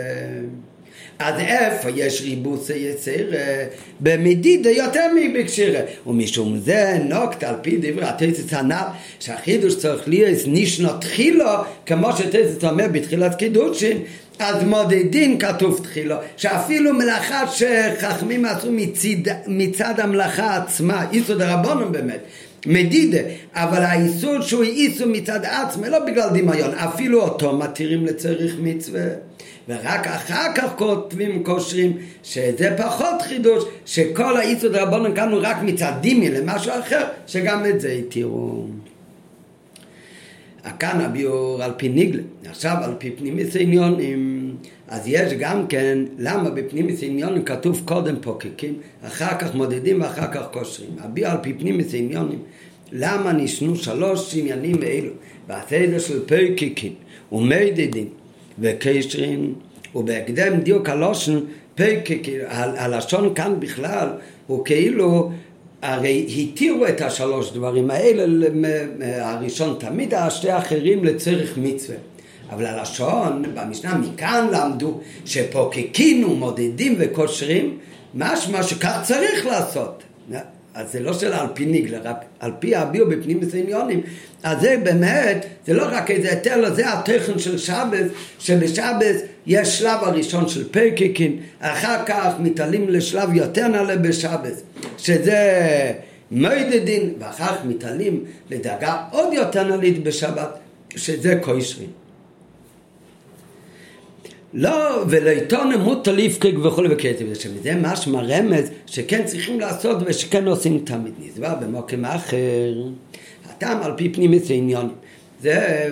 אז איפה יש ריבוץ יצר במדידה יותר מבקשירה, ומשום זה נוקט על פי דברי התוספות הנ"ל שהחידוש צריך להיות נשנה תחילו, כמו שהתוספות אומר בתחילת קידושין, אז מודדין כתוב תחילו, שאפילו מלאכה שחכמים עשו מצד המלאכה עצמה, איסור דרבנן באמת מדידה, אבל האיסור שהוא איסור מצד עצמה לא בגלל דמיון, אפילו אותו מתירים לצריך מצווה, ורק אחר כך כותבים קושרים שזה פחות חידוש, שכל האיסור דרבנן כאן הוא רק מצד דמיון למשהו אחר, שגם את זה יתירו. כאן הביאור על פי נגלה. עכשיו על פי פנימיס עניונים, אז יש גם כן למה בפנימיס עניונים כתוב קודם פוקקים, אחר כך מודדים ואחר כך קושרים. הביאור על פי פנימיס עניונים, למה נשנו 3 עניינים אלו בסדר של פוקקים ומדידים וקשרים, ובהקדם דיוק הלושן הלשון כאן בכלל הוא כאילו, הרי התירו את השלוש דברים האלה, הראשון תמיד, השתי האחרים לצריך מצווה. אבל הלשון במשנה מכאן למדו שפוקקים ומודדים וקושרים, משמע שכך צריך לעשות. אז זה לא של על פי ניגלה, רק על פי הביאו בפנים עניונים. אז זה באמת, זה לא רק איזה היתר, לא, זה התוכן של שבת, שבשבת יש שלב הראשון של פרקיקין, אחר כך מתעלים לשלב יותר נעלה בשבת, שזה מוידדין, ואחר כך מתעלים לדרגה עוד יותר נעלית בשבת, שזה קושרים. לא, ולעיתון מות ליפקק וכו' וכתב, שזה משמע רמז שכן צריכים לעשות ושכן עושים תמיד. נסבר במוקם אחר, הטעם על פי פנימית עניונים. זה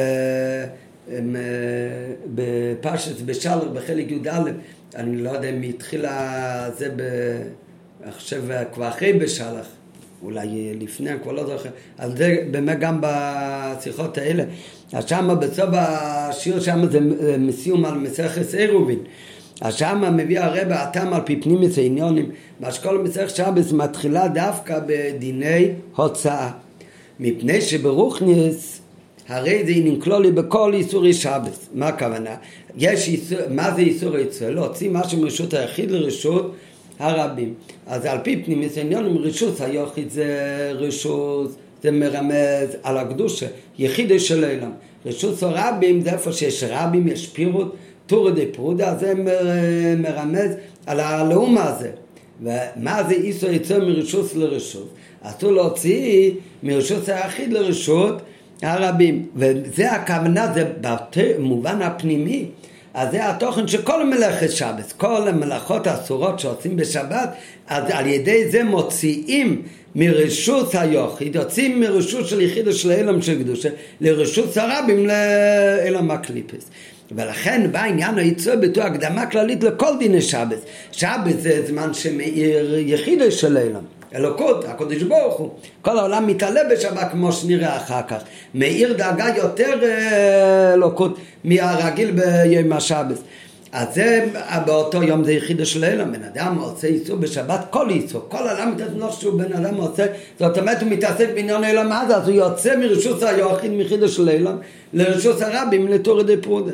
בפרשת בשלח בחלק י"א, אני לא יודע אם התחילה זה עכשיו כבר אחרי בשלח, אולי לפני, כבר לא זוכר, אז זה באמת גם בשיחות האלה. אז שמה בסוף השיר שמה זה מסיום על מסכת עירובין, אז שמה מביא הרב הטעם על פי פנימית העניונים, באשכול מסכת שבת מתחילה דווקא בדיני הוצאה, מפני שברוכניס הרי זה נקלולי בכל איסורי שבת. מה הכוונה? יש איסור, מה זה איסור יצוא? להוציא משהו מרשות היחיד לרשות הרבים. אז על פי פנימית העניונים, רשות היחיד זה רשות, זה מרמז על הקדושה, יחיד של עולם. רשות הרבים זה איפה שיש רבים, יש פירוט, טור די פרודה, זה מרמז על הלאום הזה. ומה זה איסור יצוא מרשות לרשות? אסור להוציא מרשות היחיד לרשות הרבים. וזה הכוונה, זה במובן הפנימי, אז זה התוכן של כל מלאכת שבת, כל המלאכות האסורות שעושים בשבת, אז על ידי זה מוציאים מרשות היחיד, יוצאים מרשות של יחיד של אילם של קדושה, לרשות הרבים לאילם הקליפס. ולכן בא עניין היצוא בתור הקדמה כללית לכל דיני שבת. שבת זה זמן שמאיר יחיד של אילם. אלוקות, הקודש ברוך הוא. כל העולם מתעלה בשבת כמו שנראה אחר כך. מאיר דאגה יותר אלוקות מהרגיל ביום השבת. אז זה, באותו יום זה יחיד של אילם. בן אדם עושה איסור בשבת, כל איסור. כל העולם מתעסק שהוא בן אדם עושה. זאת אומרת הוא מתעסק בעניין אילם אז הוא יוצא מרשות היחיד מיחיד של אילם לרשות הרבים לתור די פרודה.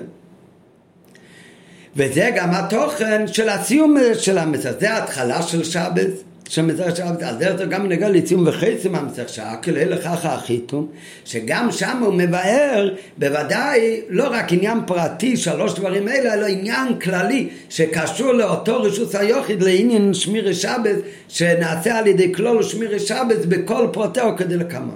וזה גם התוכן של הסיום של המסכת. זה ההתחלה של שבת. שמסכת שבת, אז זה גם נגע לציום וחצי מהמסכת שבת, כלל לכך החיתום, שגם שם הוא מבאר, בוודאי לא רק עניין פרטי, שלוש דברים האלה, אלא עניין כללי, שקשור לאותו רשות היחיד, לעניין שמירי שבת, שנעשה על ידי כלול שמירי שבת, בכל פרטהו כדי לקמה.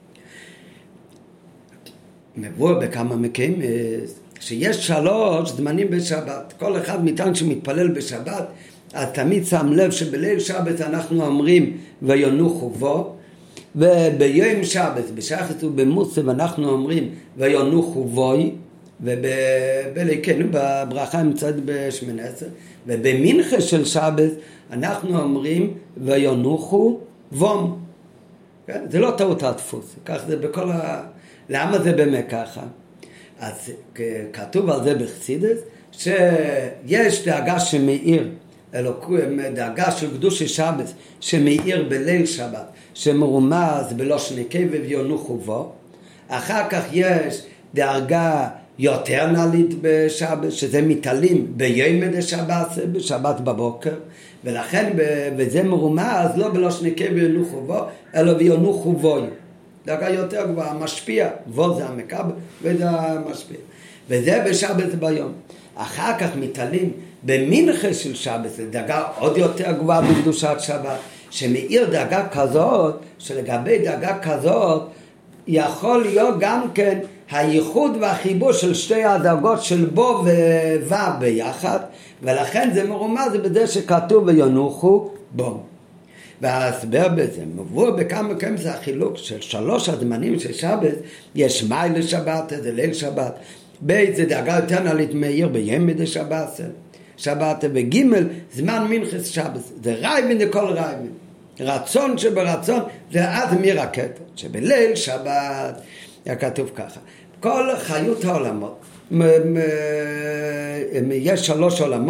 מבוא בכמה מקיים, שיש שלוש זמנים בשבת, כל אחד מאיתנו שמתפלל בשבת, אז תמיד שם לב שבליל שבת אנחנו אומרים וינוחו בו, וביום שבת, בשחת ובמוסף אנחנו אומרים וינוחו בוי, ובליקנו בברכה נמצאת בשמונה עשר, ובמנחה של שבת אנחנו אומרים וינוחו בום. כן? זה לא טעות הדפוס, כך זה בכל למה זה באמת ככה? אז כתוב על זה בחסידות, שיש דאגה שמאיר, דאגה של קדושי שבת שמאיר בליל שבת, שמרומז בלושן נקבה וינוחו בו. אחר כך יש דאגה יותר נעלית בשבת, שזה מתעלים ביום דשבת, בשבת בבוקר, ולכן וזה מרומז לא בלושן נקבה וינוחו בו, אלא וינוחו בו. דאגה יותר גבוהה, משפיע, בו זה המקבל וזה המשפיע. וזה בשבת ביום. אחר כך מתעלים במנחה של שבת, זה דאגה עוד יותר גבוהה בקדושת שבת, שמאיר דאגה כזאת, שלגבי דאגה כזאת, יכול להיות גם כן הייחוד והחיבור של שתי הדרגות של בו וו' ביחד, ולכן זה מרומז בזה שכתוב וינוחו בו. וההסבר בזה מבוא בכמה כמה זה החילוק של שלוש הזמנים של שבת, יש מייל לשבת, זה ליל שבת, בית זה דאגה יותר נעלית מאיר ביום דשבת, שבת, וגימל זמן מנחס שבת, זה רייבן לכל רייבן, רצון שברצון, ואז מרקט, שבליל שבת, כתוב ככה, כל חיות העולמות, יש שלוש עולמות,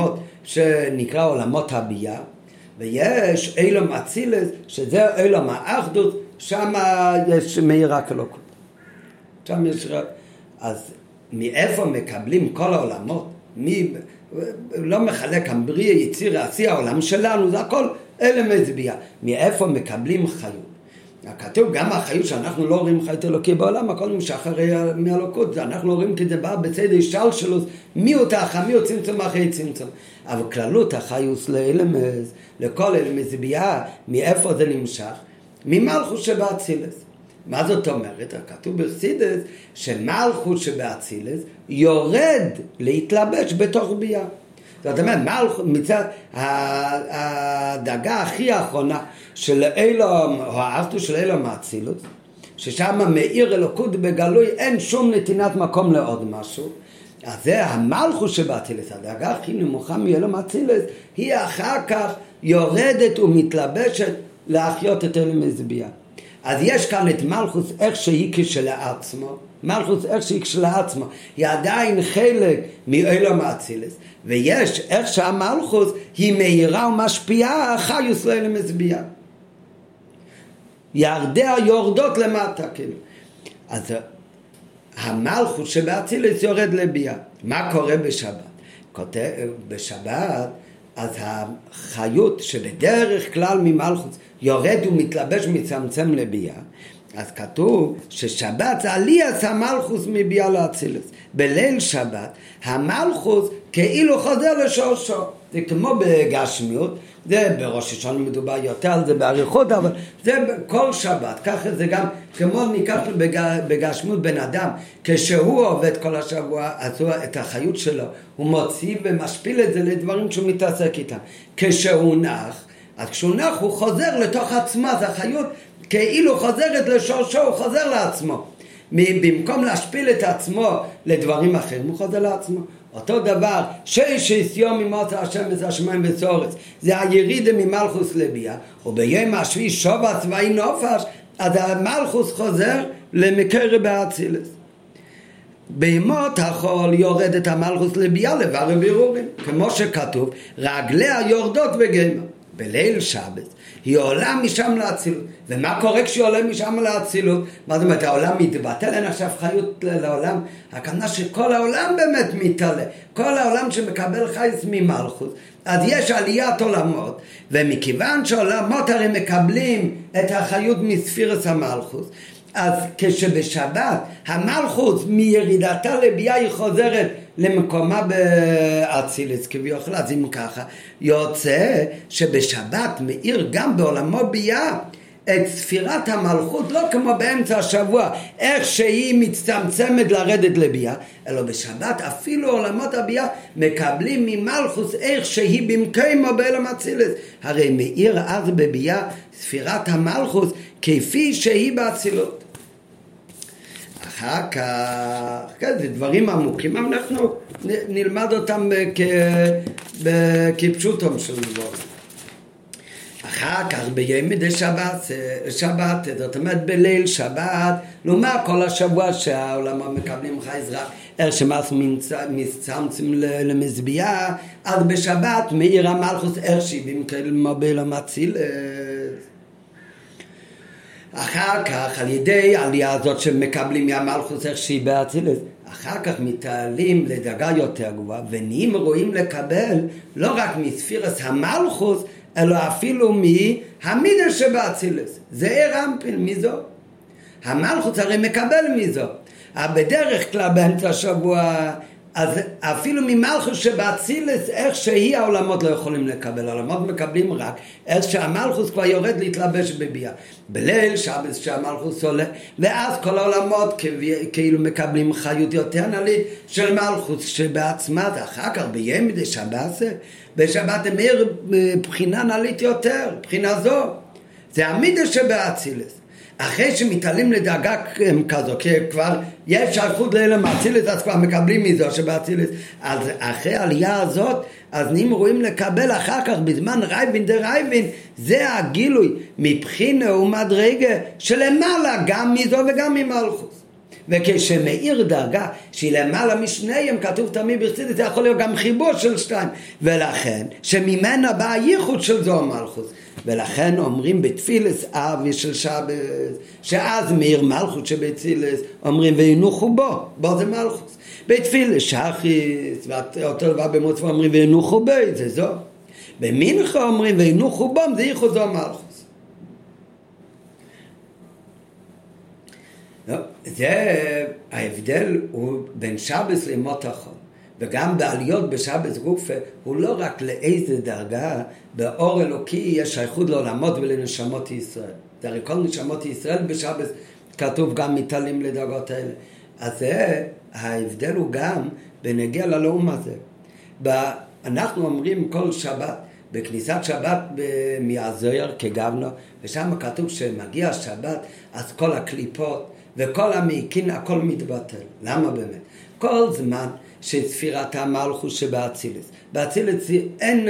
שנקרא עולמות הבייה, ויש אילום אצילס, שזה אילום האחדות, שם יש מאיר רק אלוקות. שם יש רק... אז מאיפה מקבלים כל העולמות? לא מחלק המבריא, יציר, עשי העולם שלנו, זה הכל אלמנט בייה. מאיפה מקבלים חיות? כתוב גם החיות שאנחנו לא רואים חיות אלוקי בעולם, הכל משחררי מהלוקות, אנחנו רואים כי זה בא בצד השל שלו, מיעוט החמיעוט צמצום אחרי צמצום. אבל כללות החיות לאלמנט, לכל אלמנט בייה, מאיפה זה נמשך? ממלכות שבאצילס. מה זאת אומרת? כתוב בחסידות שמלכות שבאצילס יורד להתלבש בתוך בייה. זאת אומרת, מצד הדאגה הכי האחרונה של אילום, או האחדות של אילום האצילוס, ששם מאיר אלוקות בגלוי, אין שום נתינת מקום לעוד משהו. אז זה המלכות שבאצילס, הדאגה הכי נמוכה מאילום האצילס, היא אחר כך יורדת ומתלבשת להחיות את אילום הזבייה. אז יש כאן את מלכות איך שהיא כשלעצמו, מלכות איך שהיא כשלעצמו, היא עדיין חלק מאילום האצילס, ויש איך שהמלכות היא מהירה ומשפיעה חיוס לאילום הזבייה. ירדיה יורדות למטה כאילו. אז המלכות שבאצילס יורד לבייה. מה קורה בשבת? בשבת אז החיות שבדרך כלל ממלכות יורד ומתלבש מצמצם לבייה, אז כתוב ששבת זה עליית המלכות מבייה לאצילס. בליל שבת המלכות כאילו חוזר לשורשו, זה כמו בגשמיות, זה בראש השנה מדובר יותר על זה בעריכות, אבל זה כל שבת, ככה זה גם כמו ניקח בגשמיות בן אדם, כשהוא עובד כל השבוע, אז הוא את החיות שלו, הוא מוציא ומשפיל את זה לדברים שהוא מתעסק איתם. כשהוא נח, אז כשהוא נח הוא חוזר לתוך עצמו, אז החיות כאילו חוזרת לשורשו, הוא חוזר לעצמו. במקום להשפיל את עצמו לדברים אחרים, הוא חוזר לעצמו. אותו דבר, שש יום ממוצא השם ושמיים וצורץ, זה הירידה ממלכוס לבייה, וביום השביעי שובע צבאי נופש, אז המלכוס חוזר למקרה באצילס. בימות החול יורדת המלכוס לבייה לברר בירורים, כמו שכתוב, רגליה יורדות בגמר. בליל שבת היא עולה משם לאצילות. ומה קורה כשהיא עולה משם לאצילות? מה זאת אומרת, העולם מתבטל, אין עכשיו חיות לעולם. הכוונה שכל העולם באמת מתעלה, כל העולם שמקבל חייס ממלכות, אז יש עליית עולמות, ומכיוון שעולמות הרי מקבלים את החיות מספירס המלכות, אז כשבשבת המלכות מירידתה לבייה היא חוזרת למקומה באצילס כביכול. אז אם ככה יוצא שבשבת מאיר גם בעולמו בייה את ספירת המלכות, לא כמו באמצע השבוע איך שהיא מצטמצמת לרדת לבייה, אלא בשבת אפילו עולמות הבייה מקבלים ממלכות איך שהיא במקומו בעולם אצילס. הרי מאיר אז בבייה ספירת המלכות כפי שהיא באצילות. אחר כך, זה דברים עמוקים, אנחנו נלמד אותם כפשוטם של דבר. אחר כך בימי שבת, זאת אומרת בליל שבת, לומר כל השבוע שהעולם מקבלים חייס רק, איך שמאסו מצמצם למזביעה, אז בשבת מאיר המלכות איך שהיא במקומו בעולם אצילס. אחר כך על ידי העלייה הזאת שמקבלים מהמלכות איך שהיא באצילס, אחר כך מתעלים לדרגה יותר גבוהה ונהיים רואים לקבל לא רק מספירס המלכות אלא אפילו מהמידה שבאצילס. זה הרמפיל, מי זו? המלכות הרי מקבל מי זו, אבל בדרך כלל באמצע השבוע אז אפילו ממלכות שבאצילס איך שהיא העולמות לא יכולים לקבל, העולמות מקבלים רק איך שהמלכות כבר יורד להתלבש בבייה. בליל שבת שהמלכות עולה, ואז כל העולמות כאילו מקבלים חיות יותר נעלית של מלכות שבעצמה. אחר כך בימי שבת, בשבת מאיר בחינה נעלית יותר, בחינה זו זה המידה שבאצילס. אחרי שמתעלים לדאגה כזו, כי כבר יש שייכות לאילום האצילס, אז כבר מקבלים מזו שבאצילס. אז אחרי העלייה הזאת, אז נהיים רואים לקבל אחר כך בזמן רייבין דרייבין, זה הגילוי מבחינה ומדרגה שלמעלה גם מזו וגם ממלכות. וכשמאיר דרגה שהיא למעלה משניהם, כתוב תמיד בחסידות, זה יכול להיות גם חיבור של שתיים, ולכן שממנה בא הייחוד של זו המלכות, ולכן אומרים בתפילס אבי של שבת, שאז מאיר מלכות שבתפילס אומרים וינוחו בו זה מלכות, בתפילס שחיס, ואותו דבר במצווה אומרים וינוחו בי, זה זו, במנחה אומרים וינוחו בו, זה ייחוד זו המלכות. זה ההבדל הוא בין שבס לימות החול, וגם בעליות בשבס גופה הוא לא רק לאיזה דרגה באור אלוקי יש שייכות לעולמות ולנשמות ישראל. זה הרי כל נשמות ישראל בשבס כתוב גם מתעלים לדרגות האלה. אז זה ההבדל הוא גם בנגיע ללאום הזה. אנחנו אומרים כל שבת בכניסת שבת מהזוהר כגבנו, ושם כתוב שמגיע שבת אז כל הקליפות וכל המעיקין הכל מתבטל. למה באמת? כל זמן שספירת המלכות שבאצילס, באצילס אין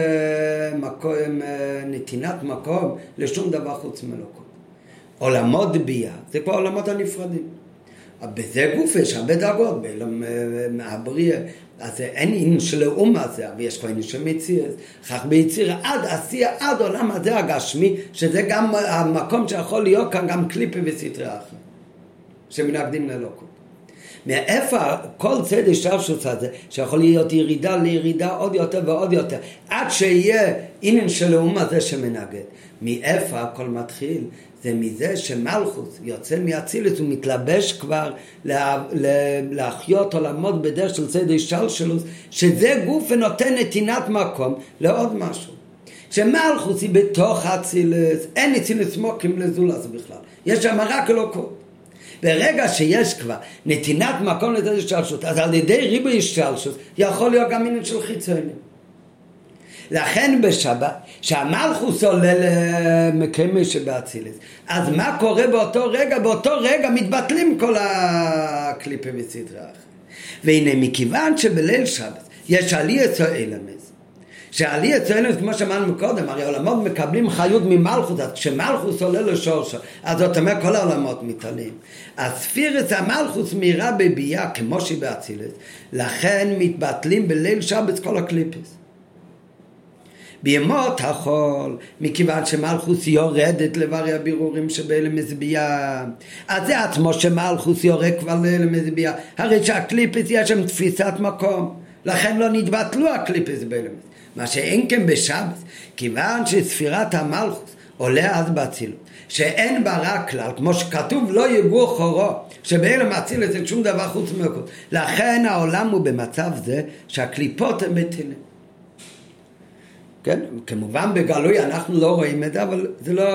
נתינת מקום לשום דבר חוץ מלוקות. עולמות בייה זה כבר עולמות הנפרדים, בזה גוף יש הרבה דרגות מהבריאה, אז אין עניין של לאום הזה, אבל יש כבר עניין של מציאות, כך ביציר עד עשייה, עד עולם הזה הגשמי, שזה גם המקום שיכול להיות כאן גם קליפה וסתרי אחר שמנגדים ללוקות. מאיפה כל צד השתלשלות הזה שיכול להיות ירידה לירידה עוד יותר ועוד יותר עד שיהיה עניין של לאום הזה שמנגד. מאיפה הכל מתחיל? זה מזה שמלכות יוצא מאצילס ומתלבש כבר להחיות עולמות בדרך של צד השתלשלות, שזה גוף ונותן נתינת מקום לעוד משהו. כשמלכות היא בתוך אצילס, אין אצילס מוקים לזולס בכלל, יש שם רק אלוקות. ברגע שיש כבר נתינת מקום לצד השתלשלות, אז על ידי ריבוי השתלשלות יכול להיות גם עניין של חיצונים. לכן בשבת שהמלכות עולה למקיימי שבאצילס, אז מה קורה באותו רגע? באותו רגע מתבטלים כל הקליפים וסדרה אחרת. והנה מכיוון שבליל שבת יש עלייה אילמס, שעלייה אילמס כמו שאמרנו קודם, הרי העולמות מקבלים חיות ממלכות, אז כשמלכות עולה לשורשו, אז זאת אומרת כל העולמות מתעלים. הספירת המלכות מהירה בבייה כמו שהיא באצילס, לכן מתבטלים בליל שבת כל הקליפס. בימות החול, מכיוון שמלכוס יורדת לברי הבירורים שבאלה מזביעה, אז זה עצמו שמלכוס יורד כבר למזביעה, הרי שהקליפס יש שם תפיסת מקום, לכן לא נתבטלו הקליפס באלה. מה שאין כן בשבת, כיוון שספירת המלכוס עולה אז באצילות, שאין בה רק כלל, כמו שכתוב לא יגור חורו, שבאלה מאציל את שום דבר חוץ מלכות, לכן העולם הוא במצב זה שהקליפות הן בטלים. כן, כמובן בגלוי אנחנו לא רואים את זה, אבל זה לא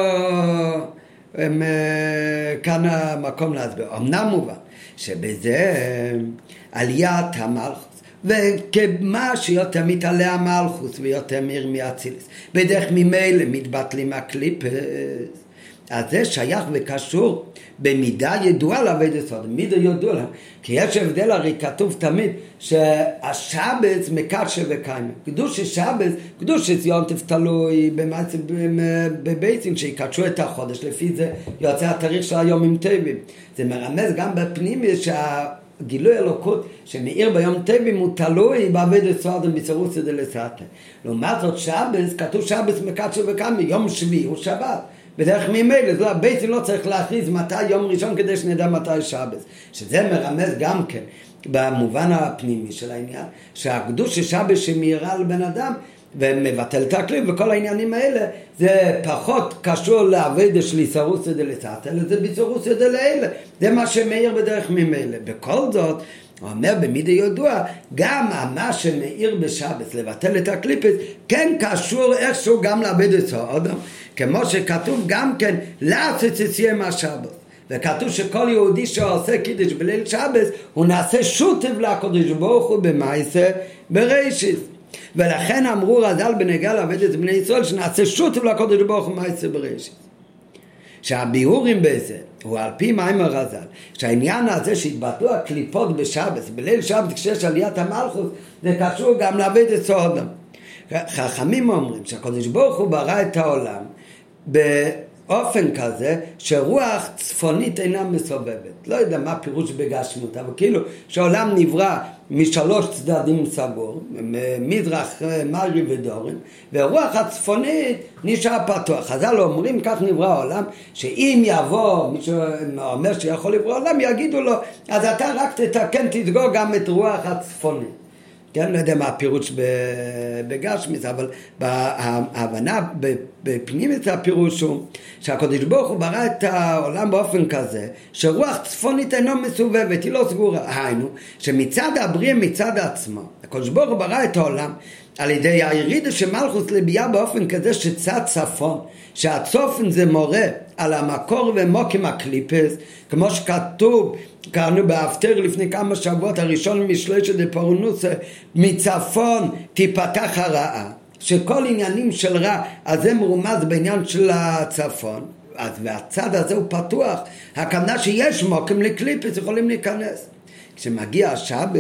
כאן המקום להסביר. אמנם מובן שבזה עליית המלכות, וכמה שיותר מתעלה המלכות ויותר מאיר מאצילס, בדרך ממילא מתבטלים הקליפס, אז זה שייך וקשור במידה ידועה לעבודת סוד, מידה ידועה לה, כי יש הבדל, הרי כתוב תמיד שהשבץ מקדש וקיימה, קדוש השבץ, קדוש יונטף תלוי בבייסים שיקדשו את החודש, לפי זה יוצא התאריך של היום עם טבעים. זה מרמז גם בפנימי גילוי אלוקות שמאיר ביום טבעים הוא תלוי בעבודת סוד בצירוס דלסתר. לעומת זאת שבץ, כתוב שבץ מקדש וקיימה, יום שביעי הוא שבת. בדרך ממילא, זה הבית לא צריך להכריז מתי יום ראשון כדי שנדע מתי שבת, שזה מרמז גם כן במובן הפנימי של העניין, שהקדוש שבת שמאירה על בן אדם ומבטל את הכלי וכל העניינים האלה, זה פחות קשור לעבודה של איסורוסא דלתתא, אלא זה באיסורוסא דלעילא, זה מה שמאיר בדרך ממילא. בכל זאת הוא אומר במידה ידוע, גם מה שמאיר בשבת לבטל את הקליפס כן קשור איכשהו גם לעבודת סוד, כמו שכתוב גם כן לעשות יציאה מהשבת, וכתוב שכל יהודי שעושה קידוש בליל שבת הוא נעשה שותף לקדוש ברוך הוא במעשה בראשית, ולכן אמרו רז"ל בנוגע לעבודת בני ישראל שנעשה שותף לקדוש ברוך הוא במעשה בראשית. שהביאורים בזה הוא על פי מאמר רז"ל, שהעניין הזה שהתבטלו הקליפות בשבת, בליל שבת כשיש עליית המלכות, זה קשור גם לעבודת סוד. חכמים אומרים שהקדוש ברוך הוא ברא את העולם באופן כזה שרוח צפונית אינה מסובבת. לא יודע מה פירוש בגשמות, אבל כאילו שהעולם נברא משלוש צדדים סגור, מזרח, מרי ודורן, ורוח הצפונית נשאר פתוח. חז"ל אומרים כך נברא העולם, שאם יבוא מישהו אומר שיכול לברוא העולם, יגידו לו, אז אתה רק תתקן, תסגור גם את רוח הצפונית. כן, לא יודע מה הפירוש בגשמיס, אבל ההבנה בפנימית הפירוש הוא שהקדוש ברוך הוא ברא את העולם באופן כזה שרוח צפונית אינו מסובבת, היא לא סגורה. היינו, שמצד הבריאה מצד עצמו, הקדוש ברוך הוא ברא את העולם על ידי הירידה של מלכות לביאה באופן כזה שצד צפון, שהצופן זה מורה על המקור ומוקים הקליפס, כמו שכתוב, קראנו באפטר לפני כמה שבועות, הראשון משלושת דפורנוס, מצפון תיפתח הרעה, שכל עניינים של רע, אז זה מרומז בעניין של הצפון, אז והצד הזה הוא פתוח, הכוונה שיש מוקים לקליפס, יכולים להיכנס. כשמגיע השבת,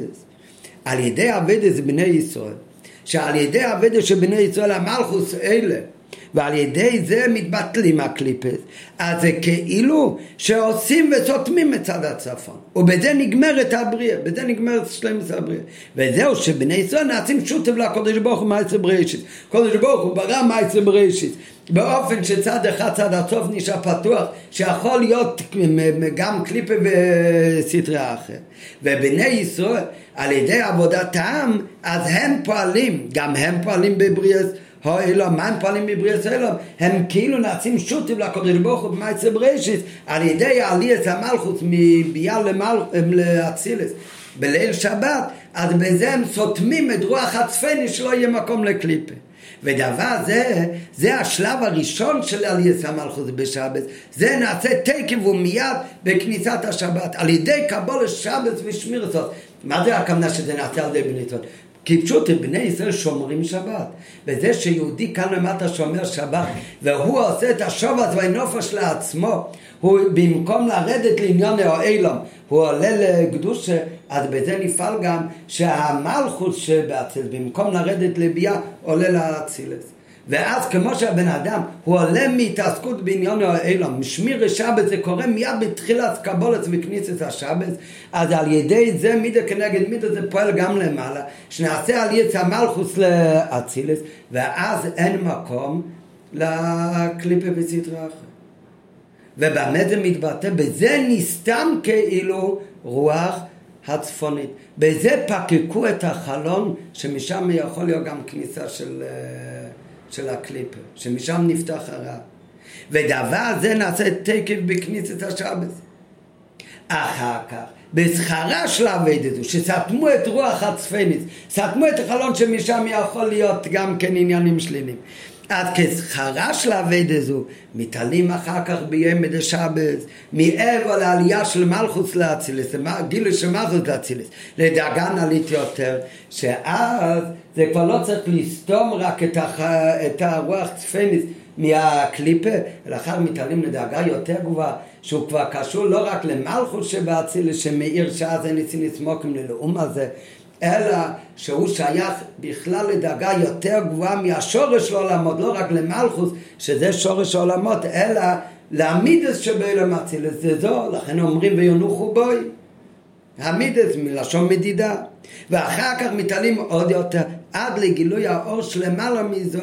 על ידי עבודת בני ישראל, שעל ידי עבודת של בני ישראל המלכות אלה, ועל ידי זה מתבטלים הקליפס, אז זה כאילו שעושים וסותמים את צד הצפון, ובזה נגמרת הבריאה, בזה נגמרת שלמת הבריאה. וזהו שבני ישראל נעשים שותף לקדוש ברוך הוא מעשה בראשית. קדוש ברוך הוא ברא מעשה בראשית באופן שצד אחד, צד הסוף נשאר פתוח, שיכול להיות גם קליפה וסתרי אחר. ובני ישראל על ידי עבודתם, אז הם פועלים, גם הם פועלים בבריאה האלום. מה הם פועלים בבריאת האלום? הם כאילו נעשים שותף לקדוש ברוך הוא במעשה בראשית על ידי עליית המלכות מביאה לאצילס בליל שבת, אז בזה הם סותמים את רוח הצפוני שלא יהיה מקום לקליפה. ודבר זה השלב הראשון של עליית המלכות בשבת. זה נעשה תקף ומיד בכניסת השבת על ידי קבלת שבת ושמירת שבת. מה זה הכוונה שזה נעשה על ידי בני ישראל? כי פשוט בני ישראל שומרים שבת, וזה שיהודי כאן למטה שומר שבת והוא עושה את השבת והנופש לעצמו, הוא במקום לרדת לעניין האילום הוא עולה לקדוש, אז בזה נפעל גם שהמלכות שבאצילס במקום לרדת לביאה עולה לאצילס. ואז כמו שהבן אדם הוא עולה מהתעסקות בעניין האילום, משמיר שבת זה קורה מיד בתחילת קבולת וכניסת השבת, אז על ידי זה מידה כנגד מידה זה פועל גם למעלה, שנעשה על ידי המלכות לאצילס, ואז אין מקום לקליפה בסתרי אחר. ובאמת זה מתבטא, בזה נסתם כאילו רוח הצפונית. בזה פקקו את החלון שמשם יכול להיות גם כניסה של הקליפה, שמשם נפתח הרע. ודבר זה נעשה תקף בכניסת השבת. אחר כך, בזכרה של העבודה הזו, שסתמו את רוח הצפונית, סתמו את החלון שמשם יכול להיות גם כן עניינים שליליים. אז כזכרה של העבודה הזו, מתעלים אחר כך ביום השבת, מעבר לעלייה של מלכות לאצילס, גילוי של מלכות לאצילס, לדרגה נעלית יותר, שאז זה כבר לא צריך לסתום רק את הרוח צפונית מהקליפה, ולאחר מתעלים לדרגה יותר גבוהה, שהוא כבר קשור לא רק למלכות שבאצילס, שמאיר שאז אין ניסים לסמוקים ללאום הזה, אלא שהוא שייך בכלל לדרגה יותר גבוהה מהשורש העולמות, לא רק למלכות שזה שורש העולמות, אלא להמידס שבאילום אצילס, זה זו, לכן אומרים וינוחו בוי, המידס מלשון מדידה, ואחר כך מתעלים עוד יותר עד לגילוי האור שלמעלה מזו,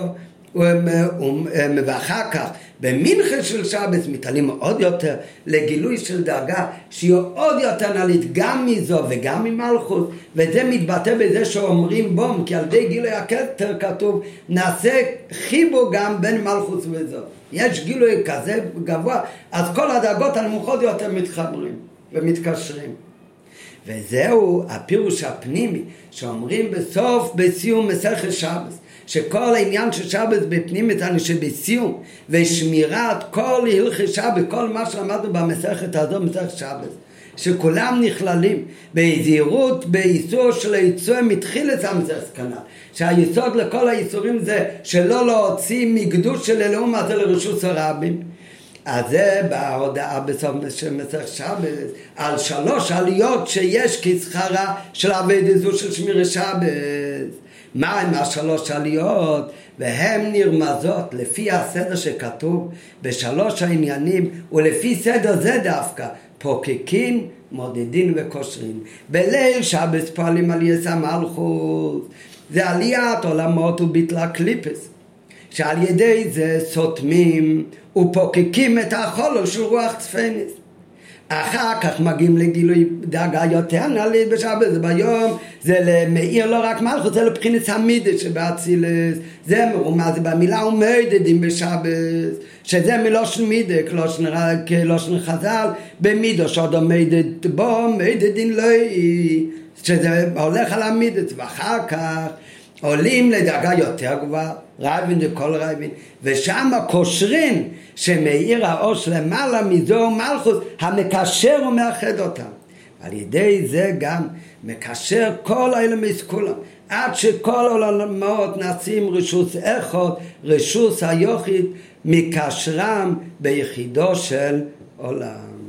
ואחר כך במנחה של שבת מתעלים עוד יותר לגילוי של דרגה שהיא עוד יותר נעלית גם מזו וגם ממלכות, וזה מתבטא בזה שאומרים בום, כי על ידי גילוי הכתר כתוב נעשה חיבור גם בין מלכות וזו. יש גילוי כזה גבוה, אז כל הדרגות הנמוכות יותר מתחברים ומתקשרים. וזהו הפירוש הפנימי שאומרים בסיום מסכת שבת, שכל העניין של שבת בפנימית אני שבסיום ושמירת כל הלכי שבת, כל מה שלמדנו במסכת הזו, מסכת שבת, שכולם נכללים בזהירות, באיסור של היצור מתחילת המסכת כנ"ל, שהיסוד לכל האיסורים זה שלא להוציא מקדוש של אלוהים הזה לרשות הרבים. אז זה בהודעה בסוף של מסכת שבת על 3 עליות שיש כזכרה של עבודה זו של שמירת שבת. מה עם השלוש עליות? והן נרמזות לפי הסדר שכתוב בשלוש העניינים, ולפי סדר זה דווקא פוקקין, מודדין וקושרין. בליל שבת פועלים על יסוד המלכות, זה עליית עולמות וביטלה קליפס, שעל ידי זה סותמים ופוקקים את החול של רוח צפנית. אחר כך מגיעים לגילוי דרגה יותר נעלית בשבת, זה ביום, זה למאיר לא רק מלכות, זה לבחינת המידס שבאצילס, זה מרומז במילה ומדדים בשבת, שזה מלושן מידה, כלושן חז"ל, במידו שעוד עומדת בו, מדדין לא, שזה הולך על המידס, ואחר כך עולים לדרגה יותר גבוהה, רייבין זה כל רייבין, ושם קושרין שמאיר האוש למעלה מזו מלכות המקשר ומאחד אותם. על ידי זה גם מקשר כל האלמנטים כולם, עד שכל העולמות נעשים רשוס אחד, רשוס היחיד, מקשרם ביחידו של עולם.